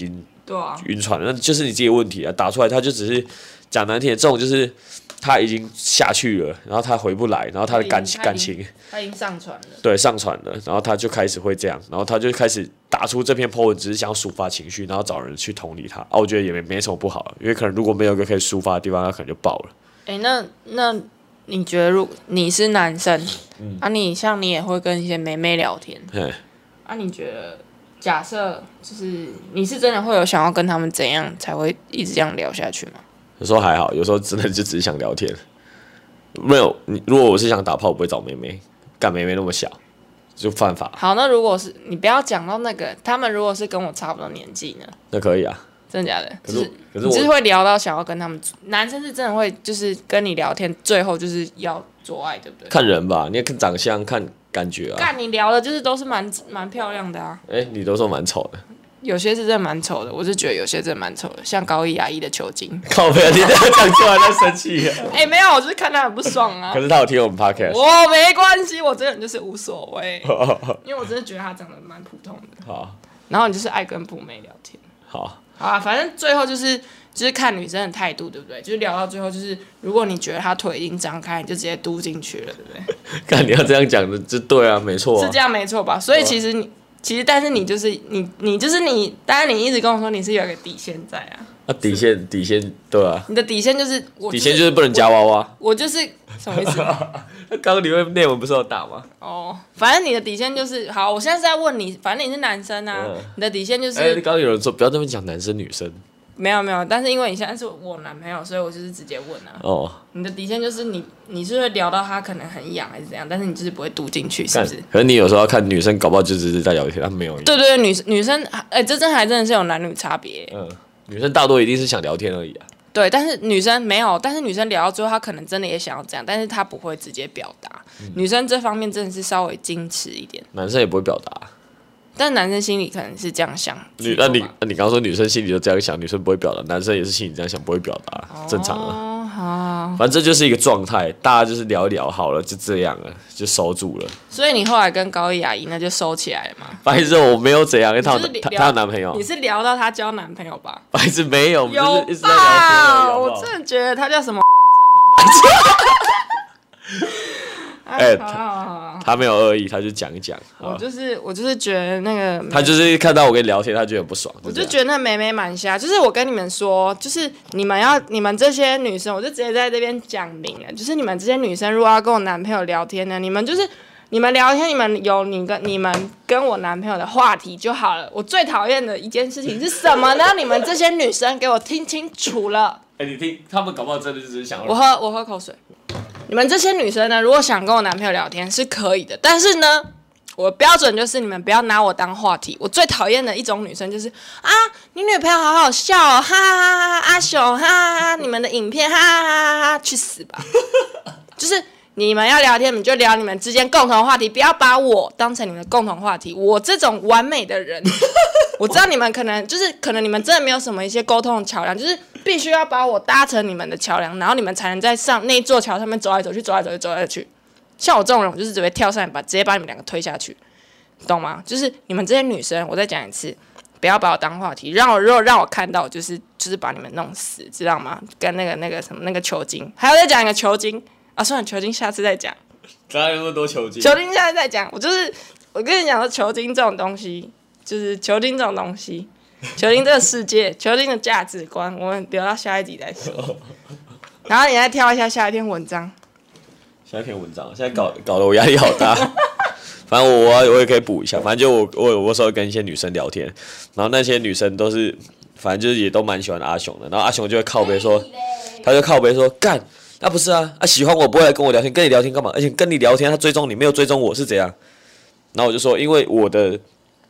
对啊， 晕船了，那就是你自己的问题啊。打出来他就只是讲难听的，这种就是他已经下去了，然后他回不来，然后他的感情感情他已经上传了， 对，上传了，然后他就开始会这样，然后他就开始打出这篇 po 文，只是想要抒发情绪，然后找人去同理他啊。我觉得也没没什么不好，因为可能如果没有一个可以抒发的地方，他可能就爆了。 哎、欸，那那你觉得，如你是男生，嗯、啊，你像你也会跟一些妹妹聊天，啊，你觉得，假设就是你是真的会有想要跟他们怎样才会一直这样聊下去吗？ 有时候还好，有时候真的就只是想聊天。没有，你如果我是想打炮，我不会找妹妹，干妹妹那么小，就犯法。 好，那如果是你不要讲到那个，他们如果是跟我差不多年纪呢？ 那可以啊。 真的假的？ 可是， 就是可是你就是会聊到想要跟他们，男生是真的会就是跟你聊天，最后就是要做爱，对不对？ 看人吧，你要看长相，看感觉啊。 干你聊的就是都是蛮蛮漂亮的啊。 哎、欸，你都说蛮丑的。 有些是真的蛮丑的，我是觉得有些真的蛮丑的，像高一牙医的球精。 靠背，你这样讲出来，他生气。 哎、欸，没有，我就是看他很不爽啊。 可是他有听我们 podcast。 我没关系，我这个人就是无所谓，因为我真的觉得他长得蛮普通的。 好。 然后你就是爱跟普妹聊天。 好。 好啊，反正最后就是就是看女生的态度，对不对？就是聊到最后，就是如果你觉得她腿已经张开，你就直接嘟进去了，对不对？ 看你要这样讲的，就对啊，没错、啊。 是这样没错吧？所以其实你。其实，但是你就是你，你就是你。当然，你一直跟我说你是有一个底线在啊。 啊，底线，底线，对啊。 你的底线就是我、就是。 底线就是不能夹娃娃。 我, 我就是什么意思？ 刚刚你们内文不是有打吗？ 哦，反正你的底线就是好。我现在是在问你，反正你是男生啊，嗯、你的底线就是。 哎、欸，刚刚有人说不要这么讲男生女生。 没有没有，但是因为你现在是我男朋友，所以我就是直接问啊。哦。你的底线就是你，你是会聊到他可能很痒还是怎样，但是你就是不会读进去，是不是？ 可是你有时候要看女生，搞不好就只是在聊天，她没有。 对对对，女女生，哎、欸，这真还真的是有男女差别。 嗯，女生大多一定是想聊天而已啊。 对，但是女生没有，但是女生聊到最后，她可能真的也想要这样，但是她不会直接表达。嗯、女生这方面真的是稍微矜持一点。 男生也不会表达。 但男生心里可能是这样想。 女，那你那你刚刚说女生心里就这样想，女生不会表达，男生也是心里这样想，不会表达，哦、正常啊。好。反正这就是一个状态，大家就是聊一聊好了，就这样了，就收住了。 所以你后来跟高一阿姨那就收起来了吗？ 白痴，我没有怎样，因为她有她有男朋友。 你是聊到她交男朋友吧？ 白痴没有， 有就是一直在聊天而已。 我真的觉得他叫什么文珍。哎、 欸，他没有恶意，他就讲一讲。 我就是我就是觉得那个， 他就是看到我跟你聊天，他觉得很不爽。 我就觉得那妹妹蛮瞎，就是我跟你们说，就是你们要你们这些女生，我就直接在这边讲明了，就是你们这些女生如果要跟我男朋友聊天呢，你们就是你们聊天，你们有你跟你们跟我男朋友的话题就好了。我最讨厌的一件事情是什么呢？你们这些女生给我听清楚了。 哎、欸，你听，他们搞不好真的只是想要。 我喝我喝口水。你们这些女生呢，如果想跟我男朋友聊天是可以的，但是呢，我的标准就是你们不要拿我当话题。我最讨厌的一种女生就是啊，你女朋友好好笑哦，哈哈哈哈！阿雄，哈哈哈！你们的影片，哈哈哈哈！去死吧！就是你们要聊天，你们就聊你们之间共同话题，不要把我当成你们的共同话题。我这种完美的人，我知道你们可能就是可能你们真的没有什么一些沟通的桥梁，就是必须要把我搭成你们的桥梁，然后你们才能在上那座桥上面走来走去，走来走去，走来走去。像我这种人，我就是只会跳上来把直接把你们两个推下去，懂吗？就是你们这些女生，我再讲一次，不要把我当话题，让我如果让我看到，就是就是把你们弄死，知道吗？跟那个那个什么那个球精，还要再讲一个球精。啊，算了，球精下次再讲。 刚刚有那么多球精。 球精下次再讲。我就是我跟你讲说，球精这种东西，就是球精这种东西，球精这个世界，球精的价值观，我们留到下一集再说。然后你再挑一下下一篇文章。 下一篇文章，现在搞搞得我压力好大。反正我我也可以补一下，反正就我我有时候跟一些女生聊天，然后那些女生都是，反正就是也都蛮喜欢阿雄的，然后阿雄就会靠北说，他就靠北说干。啊不是啊，啊喜欢我不会来跟我聊天，跟你聊天干嘛？而且跟你聊天，他追踪你没有追踪我是怎样？然后我就说，因为我的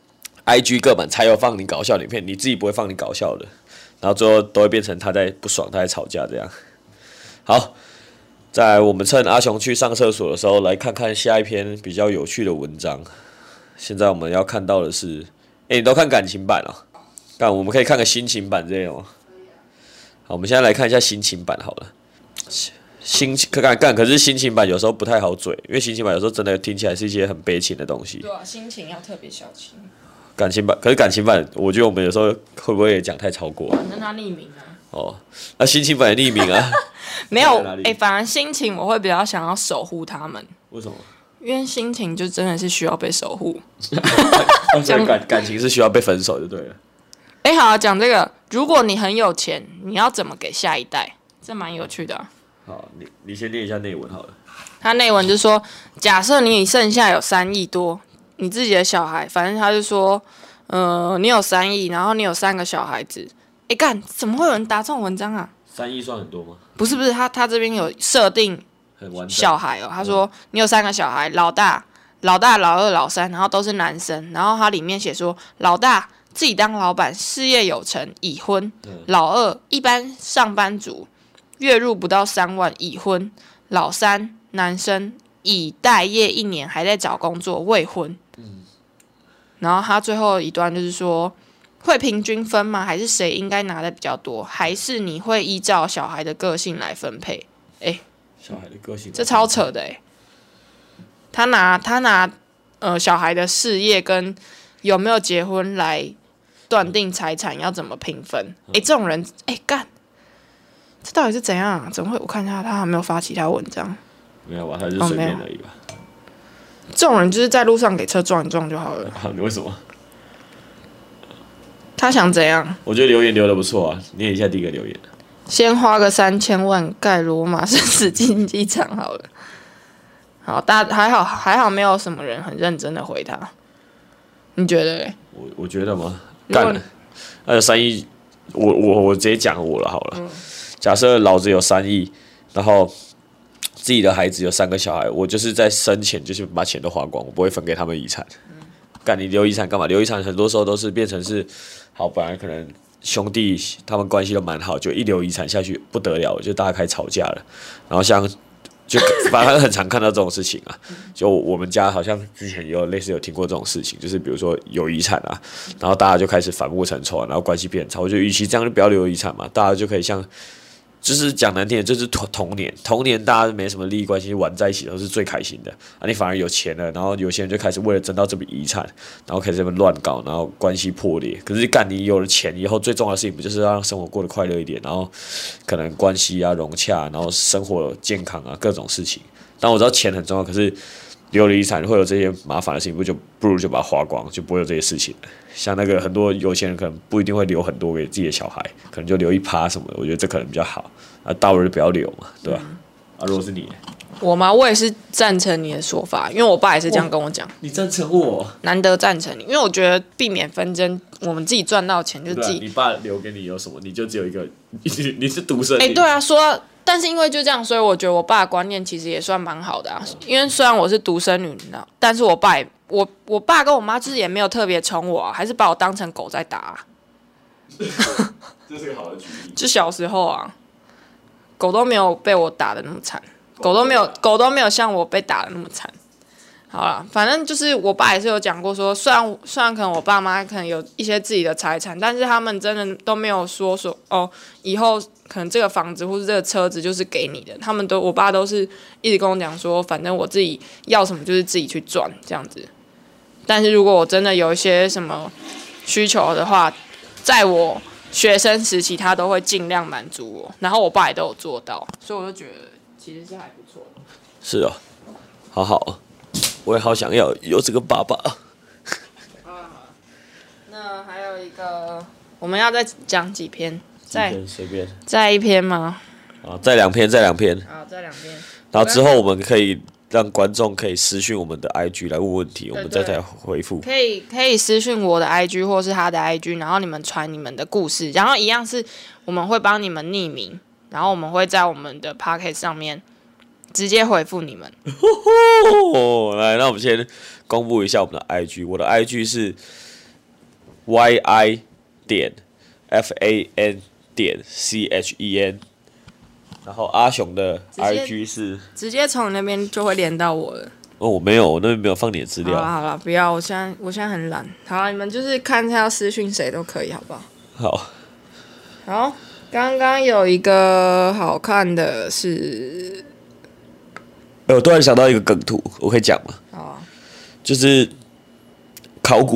I G 个版才有放你搞笑的影片，你自己不会放你搞笑的，然后最后都会变成他在不爽，他在吵架这样。好，在我们趁阿雄去上厕所的时候，来看看下一篇比较有趣的文章。现在我们要看到的是，哎、欸，你都看感情版啊？干，我们可以看个心情版这种。好，我们现在来看一下心情版好了。心情可干干，可是心情版有时候不太好嘴，因为心情版有时候真的听起来是一些很悲情的东西。 对啊，心情要特别小心。 感情版，可是感情版，我觉得我们有时候会不会也讲太超过？ 反正他匿名啊。 哦，那心情版也匿名啊？ 没有，哎、欸，反而心情我会比较想要守护他们。 为什么？ 因为心情就真的是需要被守护。 讲感感情是需要被分手就对了。 哎、欸，好、啊，讲这个，如果你很有钱，你要怎么给下一代？这蛮有趣的、啊。 好，你你先念一下内文好了。 他内文就说，假设你剩下有三亿多，你自己的小孩，反正他就说，呃，你有三亿，然后你有三个小孩子，哎干，怎么会有人打这种文章啊？ 三亿算很多吗？ 不是不是，他他这边有设定小孩哦，他说你有三个小孩，老大、老大、老二、老三，然后都是男生，然后他里面写说，老大自己当老板，事业有成，已婚；嗯、老二一般上班族，月入不到三万，已婚；老三男生已待业一年，还在找工作，未婚。嗯、然后他最后一段就是说。会平均分吗？还是谁应该拿的比较多？还是你会依照小孩的个性来分配？哎、欸， 小孩的个性， 这超扯的哎、欸！他拿他拿呃小孩的事业跟有没有结婚来断定财产要怎么平分？哎、欸，这种人哎干、欸，这到底是怎样、啊？怎么会？我看一下他还没有发其他文章。 没有吧？他就随便而已吧、哦。 这种人就是在路上给车撞一撞就好了。 好，你为什么？ 他想怎样？ 我觉得留言留的不错啊，念一下第一个留言。 先花个三千万盖罗马生死竞技场好了。好，大还好还好，没有什么人很认真的回他。你觉得嘞？ 我我觉得吗？干了，那有三亿，我我我直接讲我了好了。嗯、假设老子有三亿，然后自己的孩子有三个小孩，我就是在生前就是把钱都花光，我不会分给他们遗产。嗯、干你留遗产干嘛？留遗产很多时候都是变成是。好，本来可能兄弟他们关系都蛮好，就一留遗产下去不得了，就大家开始吵架了。然后像就反正很常看到这种事情啊。就我们家好像之前也有类似有听过这种事情，就是比如说有遗产啊，然后大家就开始反目成仇，然后关系变差。我觉得与其这样，就不要留遗产嘛，大家就可以像。就是讲难听的，就是童年，童年大家没什么利益关系，玩在一起都是最开心的啊！你反而有钱了，然后有些人就开始为了争到这笔遗产，然后开始这边乱搞，然后关系破裂。可是干你有了钱以后，最重要的事情不就是要让生活过得快乐一点，然后可能关系啊融洽，然后生活健康啊各种事情。但我知道钱很重要，可是留了遗产会有这些麻烦的事情，不就不如就把它花光，就不会有这些事情了。像那个很多有钱人可能不一定会留很多给自己的小孩，可能就留一趴什么的，我觉得这可能比较好。啊，到了就不要留嘛，对吧？嗯、啊，如果是你， 我吗？我也是赞成你的说法，因为我爸也是这样跟我讲。 你赞成我？ 难得赞成你，因为我觉得避免纷争，我们自己赚到钱就自己。 你爸留给你有什么？你就只有一个，你, 你是独生女。 哎、欸，对啊，说，但是因为就这样，所以我觉得我爸的观念其实也算蛮好的啊。因为虽然我是独生女，但是我爸也，我我爸跟我妈就是也没有特别宠我啊，还是把我当成狗在打、啊。 这是个好的举例。 就小时候啊。狗都没有被我打的那么惨，狗都没有，狗都没有像我被打的那么惨。好了，反正就是我爸也是有讲过说，虽然虽然可能我爸妈可能有一些自己的财产，但是他们真的都没有说说哦，以后可能这个房子或是这个车子就是给你的。他们都我爸都是一直跟我讲说，反正我自己要什么就是自己去赚这样子。但是如果我真的有一些什么需求的话，在我学生时期，他都会尽量满足我，然后我爸也都有做到，所以我就觉得其实是还不错的。 是哦，好好，我也好想要有这个爸爸。 好了好了，那还有一个，我们要再讲几篇？再随便。 再一篇吗？ 啊，再两篇，再两篇。 好，再两篇。 然后之后我们可以。让观众可以私讯我们的 I G 来问问题，我们再再回复。 可以可以私讯我的 I G 或是他的 I G， 然后你们传你们的故事，然后一样是我们会帮你们匿名，然后我们会在我们的 Podcast 上面直接回复你们。 来，那我们先公布一下我们的 I G， 我的 I G 是 Y I 点 F A N 点 C H E N。然后阿雄的 I G 是直接从你那边就会连到我了。 哦，我没有，我那边没有放你的资料。 好了好了，不要，我现在我现在很懒。好了，你们就是看他要私讯谁都可以，好不好？ 好。 好，刚刚有一个好看的是， 欸、我突然想到一个梗图，我可以讲吗？ 好啊。 就是考古啊，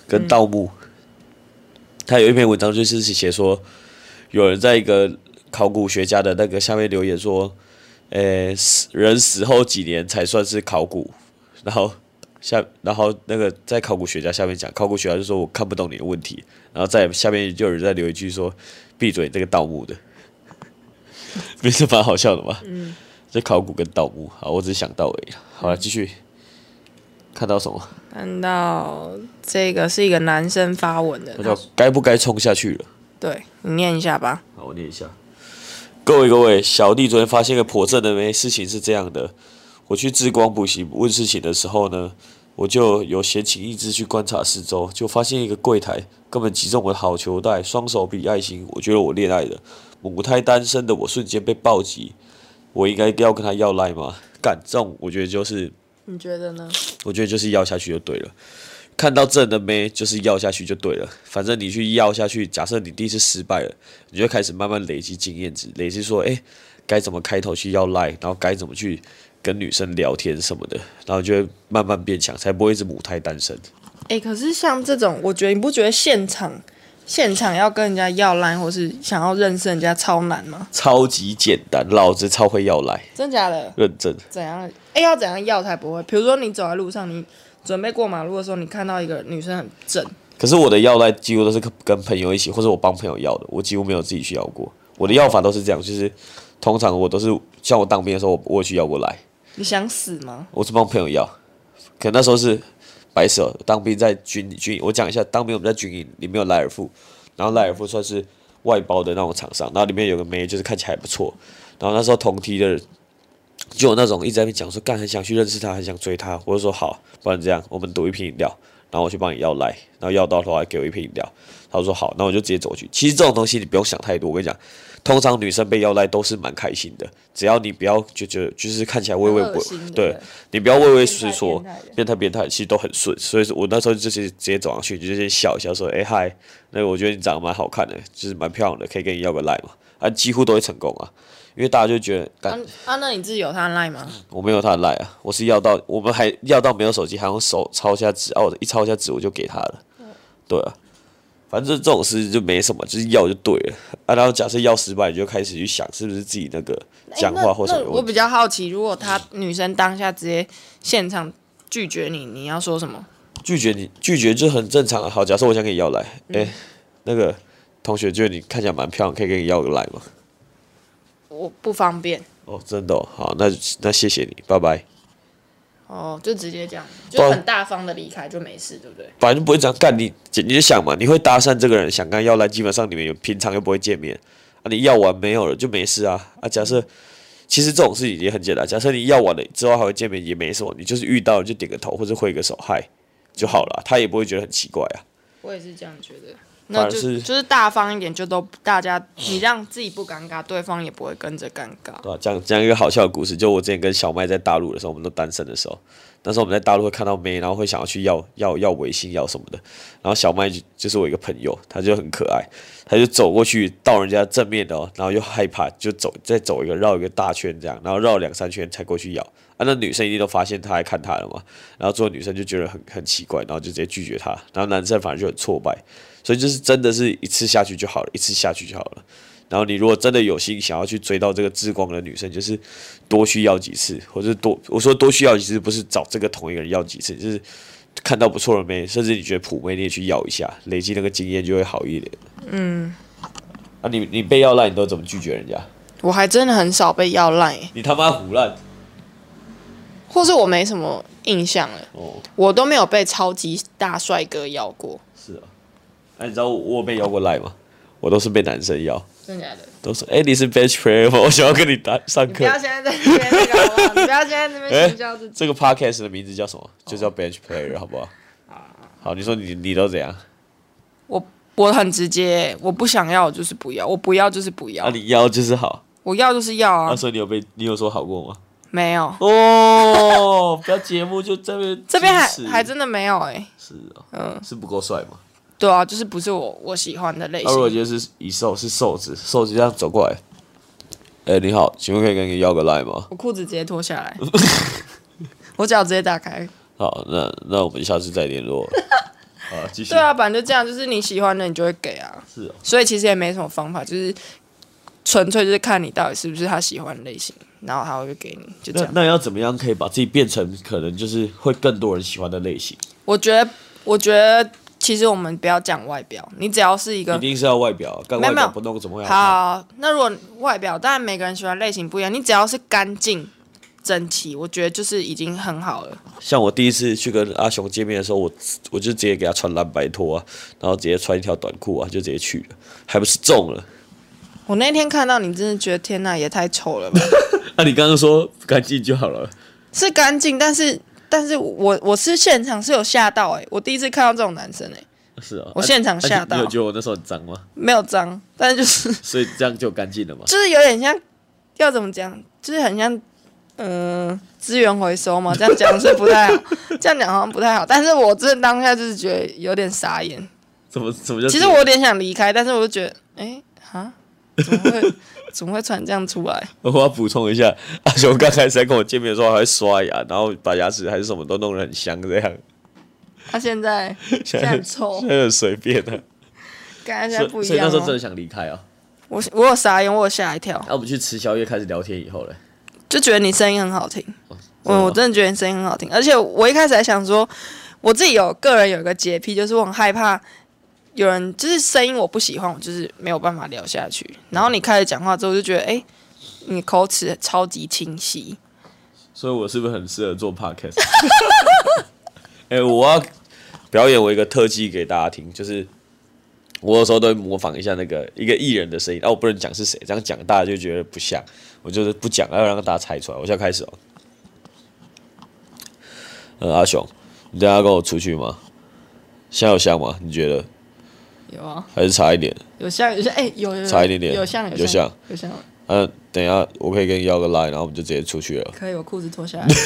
跟盗墓。嗯、他有一篇文章就是写说，有人在一个考古学家的那个下面留言说，诶、欸，人死后几年才算是考古？然后下，然后那个在考古学家下面讲，考古学家就说我看不懂你的问题，然后在下面就有人在留一句说，闭嘴，这个盗墓的，不是蛮好笑的吗？嗯，这考古跟盗墓，好，我只是想到而已。好了，继续。看到什么？ 看到这个是一个男生发文的， 那叫该不该冲下去了？ 对，你念一下吧。 好，我念一下。各位各位，小弟昨天发现个颇正的没事情是这样的，我去志光补习问事情的时候呢，我就有闲情逸致去观察四周，就发现一个柜台根本击中我的好球带，双手比爱心，我觉得我恋爱了。母胎单身的我瞬间被暴击，我应该要跟他要赖吗？干，这种我觉得就是。 你觉得呢？ 我觉得就是要下去就对了，看到正的妹就是要下去就对了。反正你去要下去，假设你第一次失败了，你就开始慢慢累积经验值，累积说，哎、欸，该怎么开头去要赖，然后该怎么去跟女生聊天什么的，然后就会慢慢变强，才不会一直母胎单身。 哎、欸，可是像这种，我觉得你不觉得现场现场要跟人家要赖，或是想要认识人家超难吗？ 超级简单，老子超会要赖。 真假的？ 认真。 怎样？哎、欸，要怎样要才不会？比如说你走在路上，你准备过马路的时候，你看到一个女生很正。 可是我的要赖几乎都是跟朋友一起，或者我帮朋友要的，我几乎没有自己去要过。我的要法都是这样，就是通常我都是像我当兵的时候，我我也去要过赖。 你想死吗？ 我是帮朋友要，可那时候是白色当兵在军军营。我讲一下，当兵我们在军营里面有莱尔富，然后莱尔富算是外包的那种厂商，然后里面有个妹，就是看起来还不错。然后那时候同梯的就有那种一直在那边讲说，干很想去认识他，很想追他。我就说好，不然这样，我们赌一瓶饮料，然后我去帮你要赖，然后要到的话给我一瓶饮料。他说好，那我就直接走去。其实这种东西你不用想太多，我跟你讲，通常女生被要赖都是蛮开心的，只要你不要就觉得就是看起来畏畏不，对你不要畏畏缩缩，变态变态，其实都很顺。所以我那时候就是直接走上去，就先笑一笑说，哎、欸、嗨，那个我觉得你长得蛮好看的，就是蛮漂亮的，可以跟你要个赖嘛。啊，几乎都会成功啊。因为大家就觉得， 啊啊，那你自己有他的 line 吗？ 我没有他的 line 啊，我是要到，我们还要到没有手机，还用手抄一下纸，啊，我一抄一下纸我就给他了，对啊，反正这种事就没什么，就是要就对了啊。然后假设要失败，你就开始去想是不是自己那个讲话或什么、欸、 我比较好奇，如果他女生当下直接现场拒绝你，你要说什么？ 拒绝你，拒绝就很正常啊。好，假设我想跟你要 line， 哎、嗯欸，那个同学觉得你看起来蛮漂亮，可以跟你要个 line 吗？ 我不方便哦，真的、哦、好，那那谢谢你，拜拜。 哦，就直接这样，就很大方的离开就没事，对不对？ 反正不会这样干你，你就想嘛，你会搭讪这个人，想跟他要来，基本上你们有平常又不会见面啊，你要完没有了就没事啊啊。假设其实这种事情也很简单，假设你要完了之后还会见面也没什么，你就是遇到了就点个头或者挥个手嗨就好了，他也不会觉得很奇怪啊。 我也是这样觉得。那就就是大方一点，就都大家你让自己不尴尬，对方也不会跟着尴尬。 对啊，讲讲一个好笑的故事，就我之前跟小麦在大陆的时候，我们都单身的时候，那时候我们在大陆会看到妹，然后会想要去要要要微信要什么的，然后小麦就就是我一个朋友，他就很可爱，他就走过去到人家正面的、哦，然后又害怕，就走再走一个绕一个大圈这样，然后绕两三圈才过去要。啊，那女生一定都发现他还看他了嘛，然后最后女生就觉得很很奇怪，然后就直接拒绝他，然后男生反而就很挫败，所以就是真的是一次下去就好了，一次下去就好了。然后你如果真的有心想要去追到这个志光的女生，就是多需要几次，或者多我说多需要几次，不是找这个同一个人要几次，就是看到不错的妹，甚至你觉得普妹你也去要一下，累积那个经验就会好一点。嗯，啊你你被要赖你都怎么拒绝人家？ 我还真的很少被要赖， 你他妈胡烂。 或是我没什么印象了，哦、我都没有被超级大帅哥要过。 是啊，那、啊、你知道我有被要过赖吗？我都是被男生要。 真的假的？ 都说哎、欸，你是 bench player 吗？我想要跟你打上课。 不要现在在这边那个好不好？你不要现在在那边请教自己、欸。 这个 podcast 的名字叫什么？就叫 bench player，、哦、好不好？好，你说你你都怎样？ 我我很直接，我不想要就是不要，我不要就是不要。 啊，你要就是好。 我要就是要啊。 那、啊、所以你有被你有说好过吗？ 没有哦，不要节目就这边这边还还真的没有哎、欸， 是哦，嗯，是不够帅吗？ 对啊，就是不是我我喜欢的类型。 那、啊、如果今天是以瘦是瘦子，瘦子这样走过来，哎、欸，你好，请问可以跟你要个 line 吗？ 我裤子直接脱下来，我脚直接打开。 好，那那我们下次再联络。 啊，继续。 对啊，反正就这样，就是你喜欢的你就会给啊。 是哦。 所以其实也没什么方法，就是纯粹就是看你到底是不是他喜欢的类型，然后他会给你，就这样。 那那要怎么样可以把自己变成可能就是会更多人喜欢的类型？ 我觉得，我觉得其实我们不要讲外表，你只要是一个一定是要外表，干外表不弄怎么会好看？ 好，那如果外表，当然每个人喜欢类型不一样，你只要是干净、整齐，我觉得就是已经很好了。 像我第一次去跟阿雄见面的时候，我我就直接给他穿蓝白拖啊，然后直接穿一条短裤啊，就直接去了，还不是中了。 我那天看到你，真的觉得天哪，也太丑了吧！ 那、啊、你刚刚说干净就好了， 是干净，但是但是我我是现场是有吓到哎、欸，我第一次看到这种男生哎、欸， 是啊， 我现场吓到、 啊啊。你有觉得我那时候很脏吗？ 没有脏，但是就是所以这样就干净了嘛？ 就是有点像，要怎么讲？就是很像，嗯、呃，资源回收嘛。这样讲是不太好，这样讲好像不太好。但是我真的当下就是觉得有点傻眼。 怎么怎么叫？ 其实我有点想离开，但是我就觉得，哎、欸，哈，怎么会怎么会传这样出来？ 我要补充一下，阿雄刚开始在跟我见面的时候还会刷牙，然后把牙齿还是什么都弄得很香这样。 他、啊、现在现在很臭， 现在很随便了。 跟他现在不一样、哦。 所以那时候真的想离开啊。 我我有傻眼，我有吓一跳。 那、啊、我们去吃宵夜，开始聊天以后嘞， 就觉得你声音很好听。 哦、 我我真的觉得你声音很好听，而且我一开始还想说，我自己有个人有一个洁癖，就是我很害怕有人就是声音我不喜欢，我就是没有办法聊下去。然后你开始讲话之后，就觉得哎、欸，你口齿超级清晰。 所以我是不是很适合做 podcast？ 哎、欸，我要表演我一个特技给大家听，就是我有时候都会模仿一下那个一个艺人的声音，啊，我不能讲是谁，这样讲大家就觉得不像，我就是不讲，要让大家猜出来。我现在开始哦。呃，阿雄，你等一下跟我出去吗？现在有像吗？你觉得？ 有啊。 还是差一点？ 有像有像，哎、欸，有有差一点点， 有像有有像有像。 嗯、啊，等一下我可以跟你要个 line， 然后我们就直接出去了。 可以，我裤子脱下来。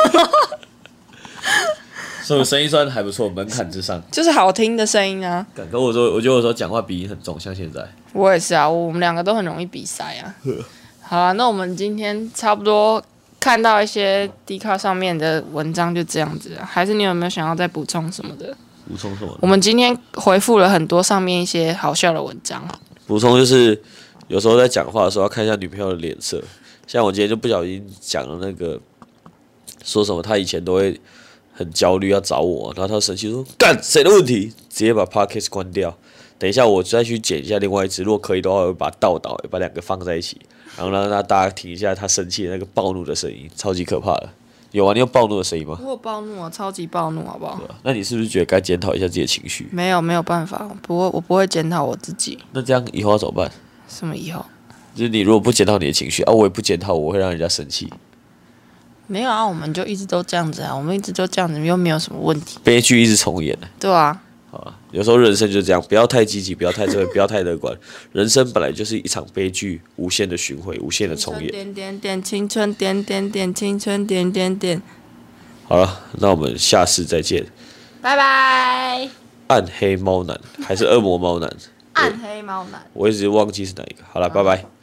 所以我声音算还不错，门槛之上。 就是好听的声音啊。 可我说，我觉得我说讲话鼻音很重，像现在。 我也是啊，我们两个都很容易鼻塞啊。好啊，那我们今天差不多看到一些 Dcard 上面的文章就这样子、啊，还是你有没有想要再补充什么的？ 补充什么？ 我们今天回复了很多上面一些好笑的文章。 补充就是有时候在讲话的时候要看一下女朋友的脸色，像我今天就不小心讲了那个说什么，他以前都会很焦虑要找我，然后他生气说干谁的问题，直接把 podcast 关掉。等一下我再去剪一下另外一支，如果可以的话，我会把它倒倒，把两个放在一起，然后让大家听一下他生气的那个暴怒的声音，超级可怕的。有啊，你有暴怒的声音吗？ 我有暴怒啊，超级暴怒，好不好？ 那你是不是觉得该检讨一下自己的情绪？ 没有，没有办法，不会，我不会检讨我自己。 那这样以后要怎么办？ 什么以后？ 就是你如果不检讨你的情绪啊，我也不检讨，我会让人家生气。 没有啊，我们就一直都这样子啊，我们一直都这样子，又没有什么问题。 悲剧一直重演。 对啊。 好啊，有时候人生就是这样，不要太积极，不要太正面，不要太乐观。人生本来就是一场悲剧，无限的巡回，无限的重演。 点点点青春点点点青春点点点。 好了，那我们下次再见。 拜拜。 暗黑猫男还是恶魔猫男？ 暗黑猫男。 我一直忘记是哪一个。好了，拜拜。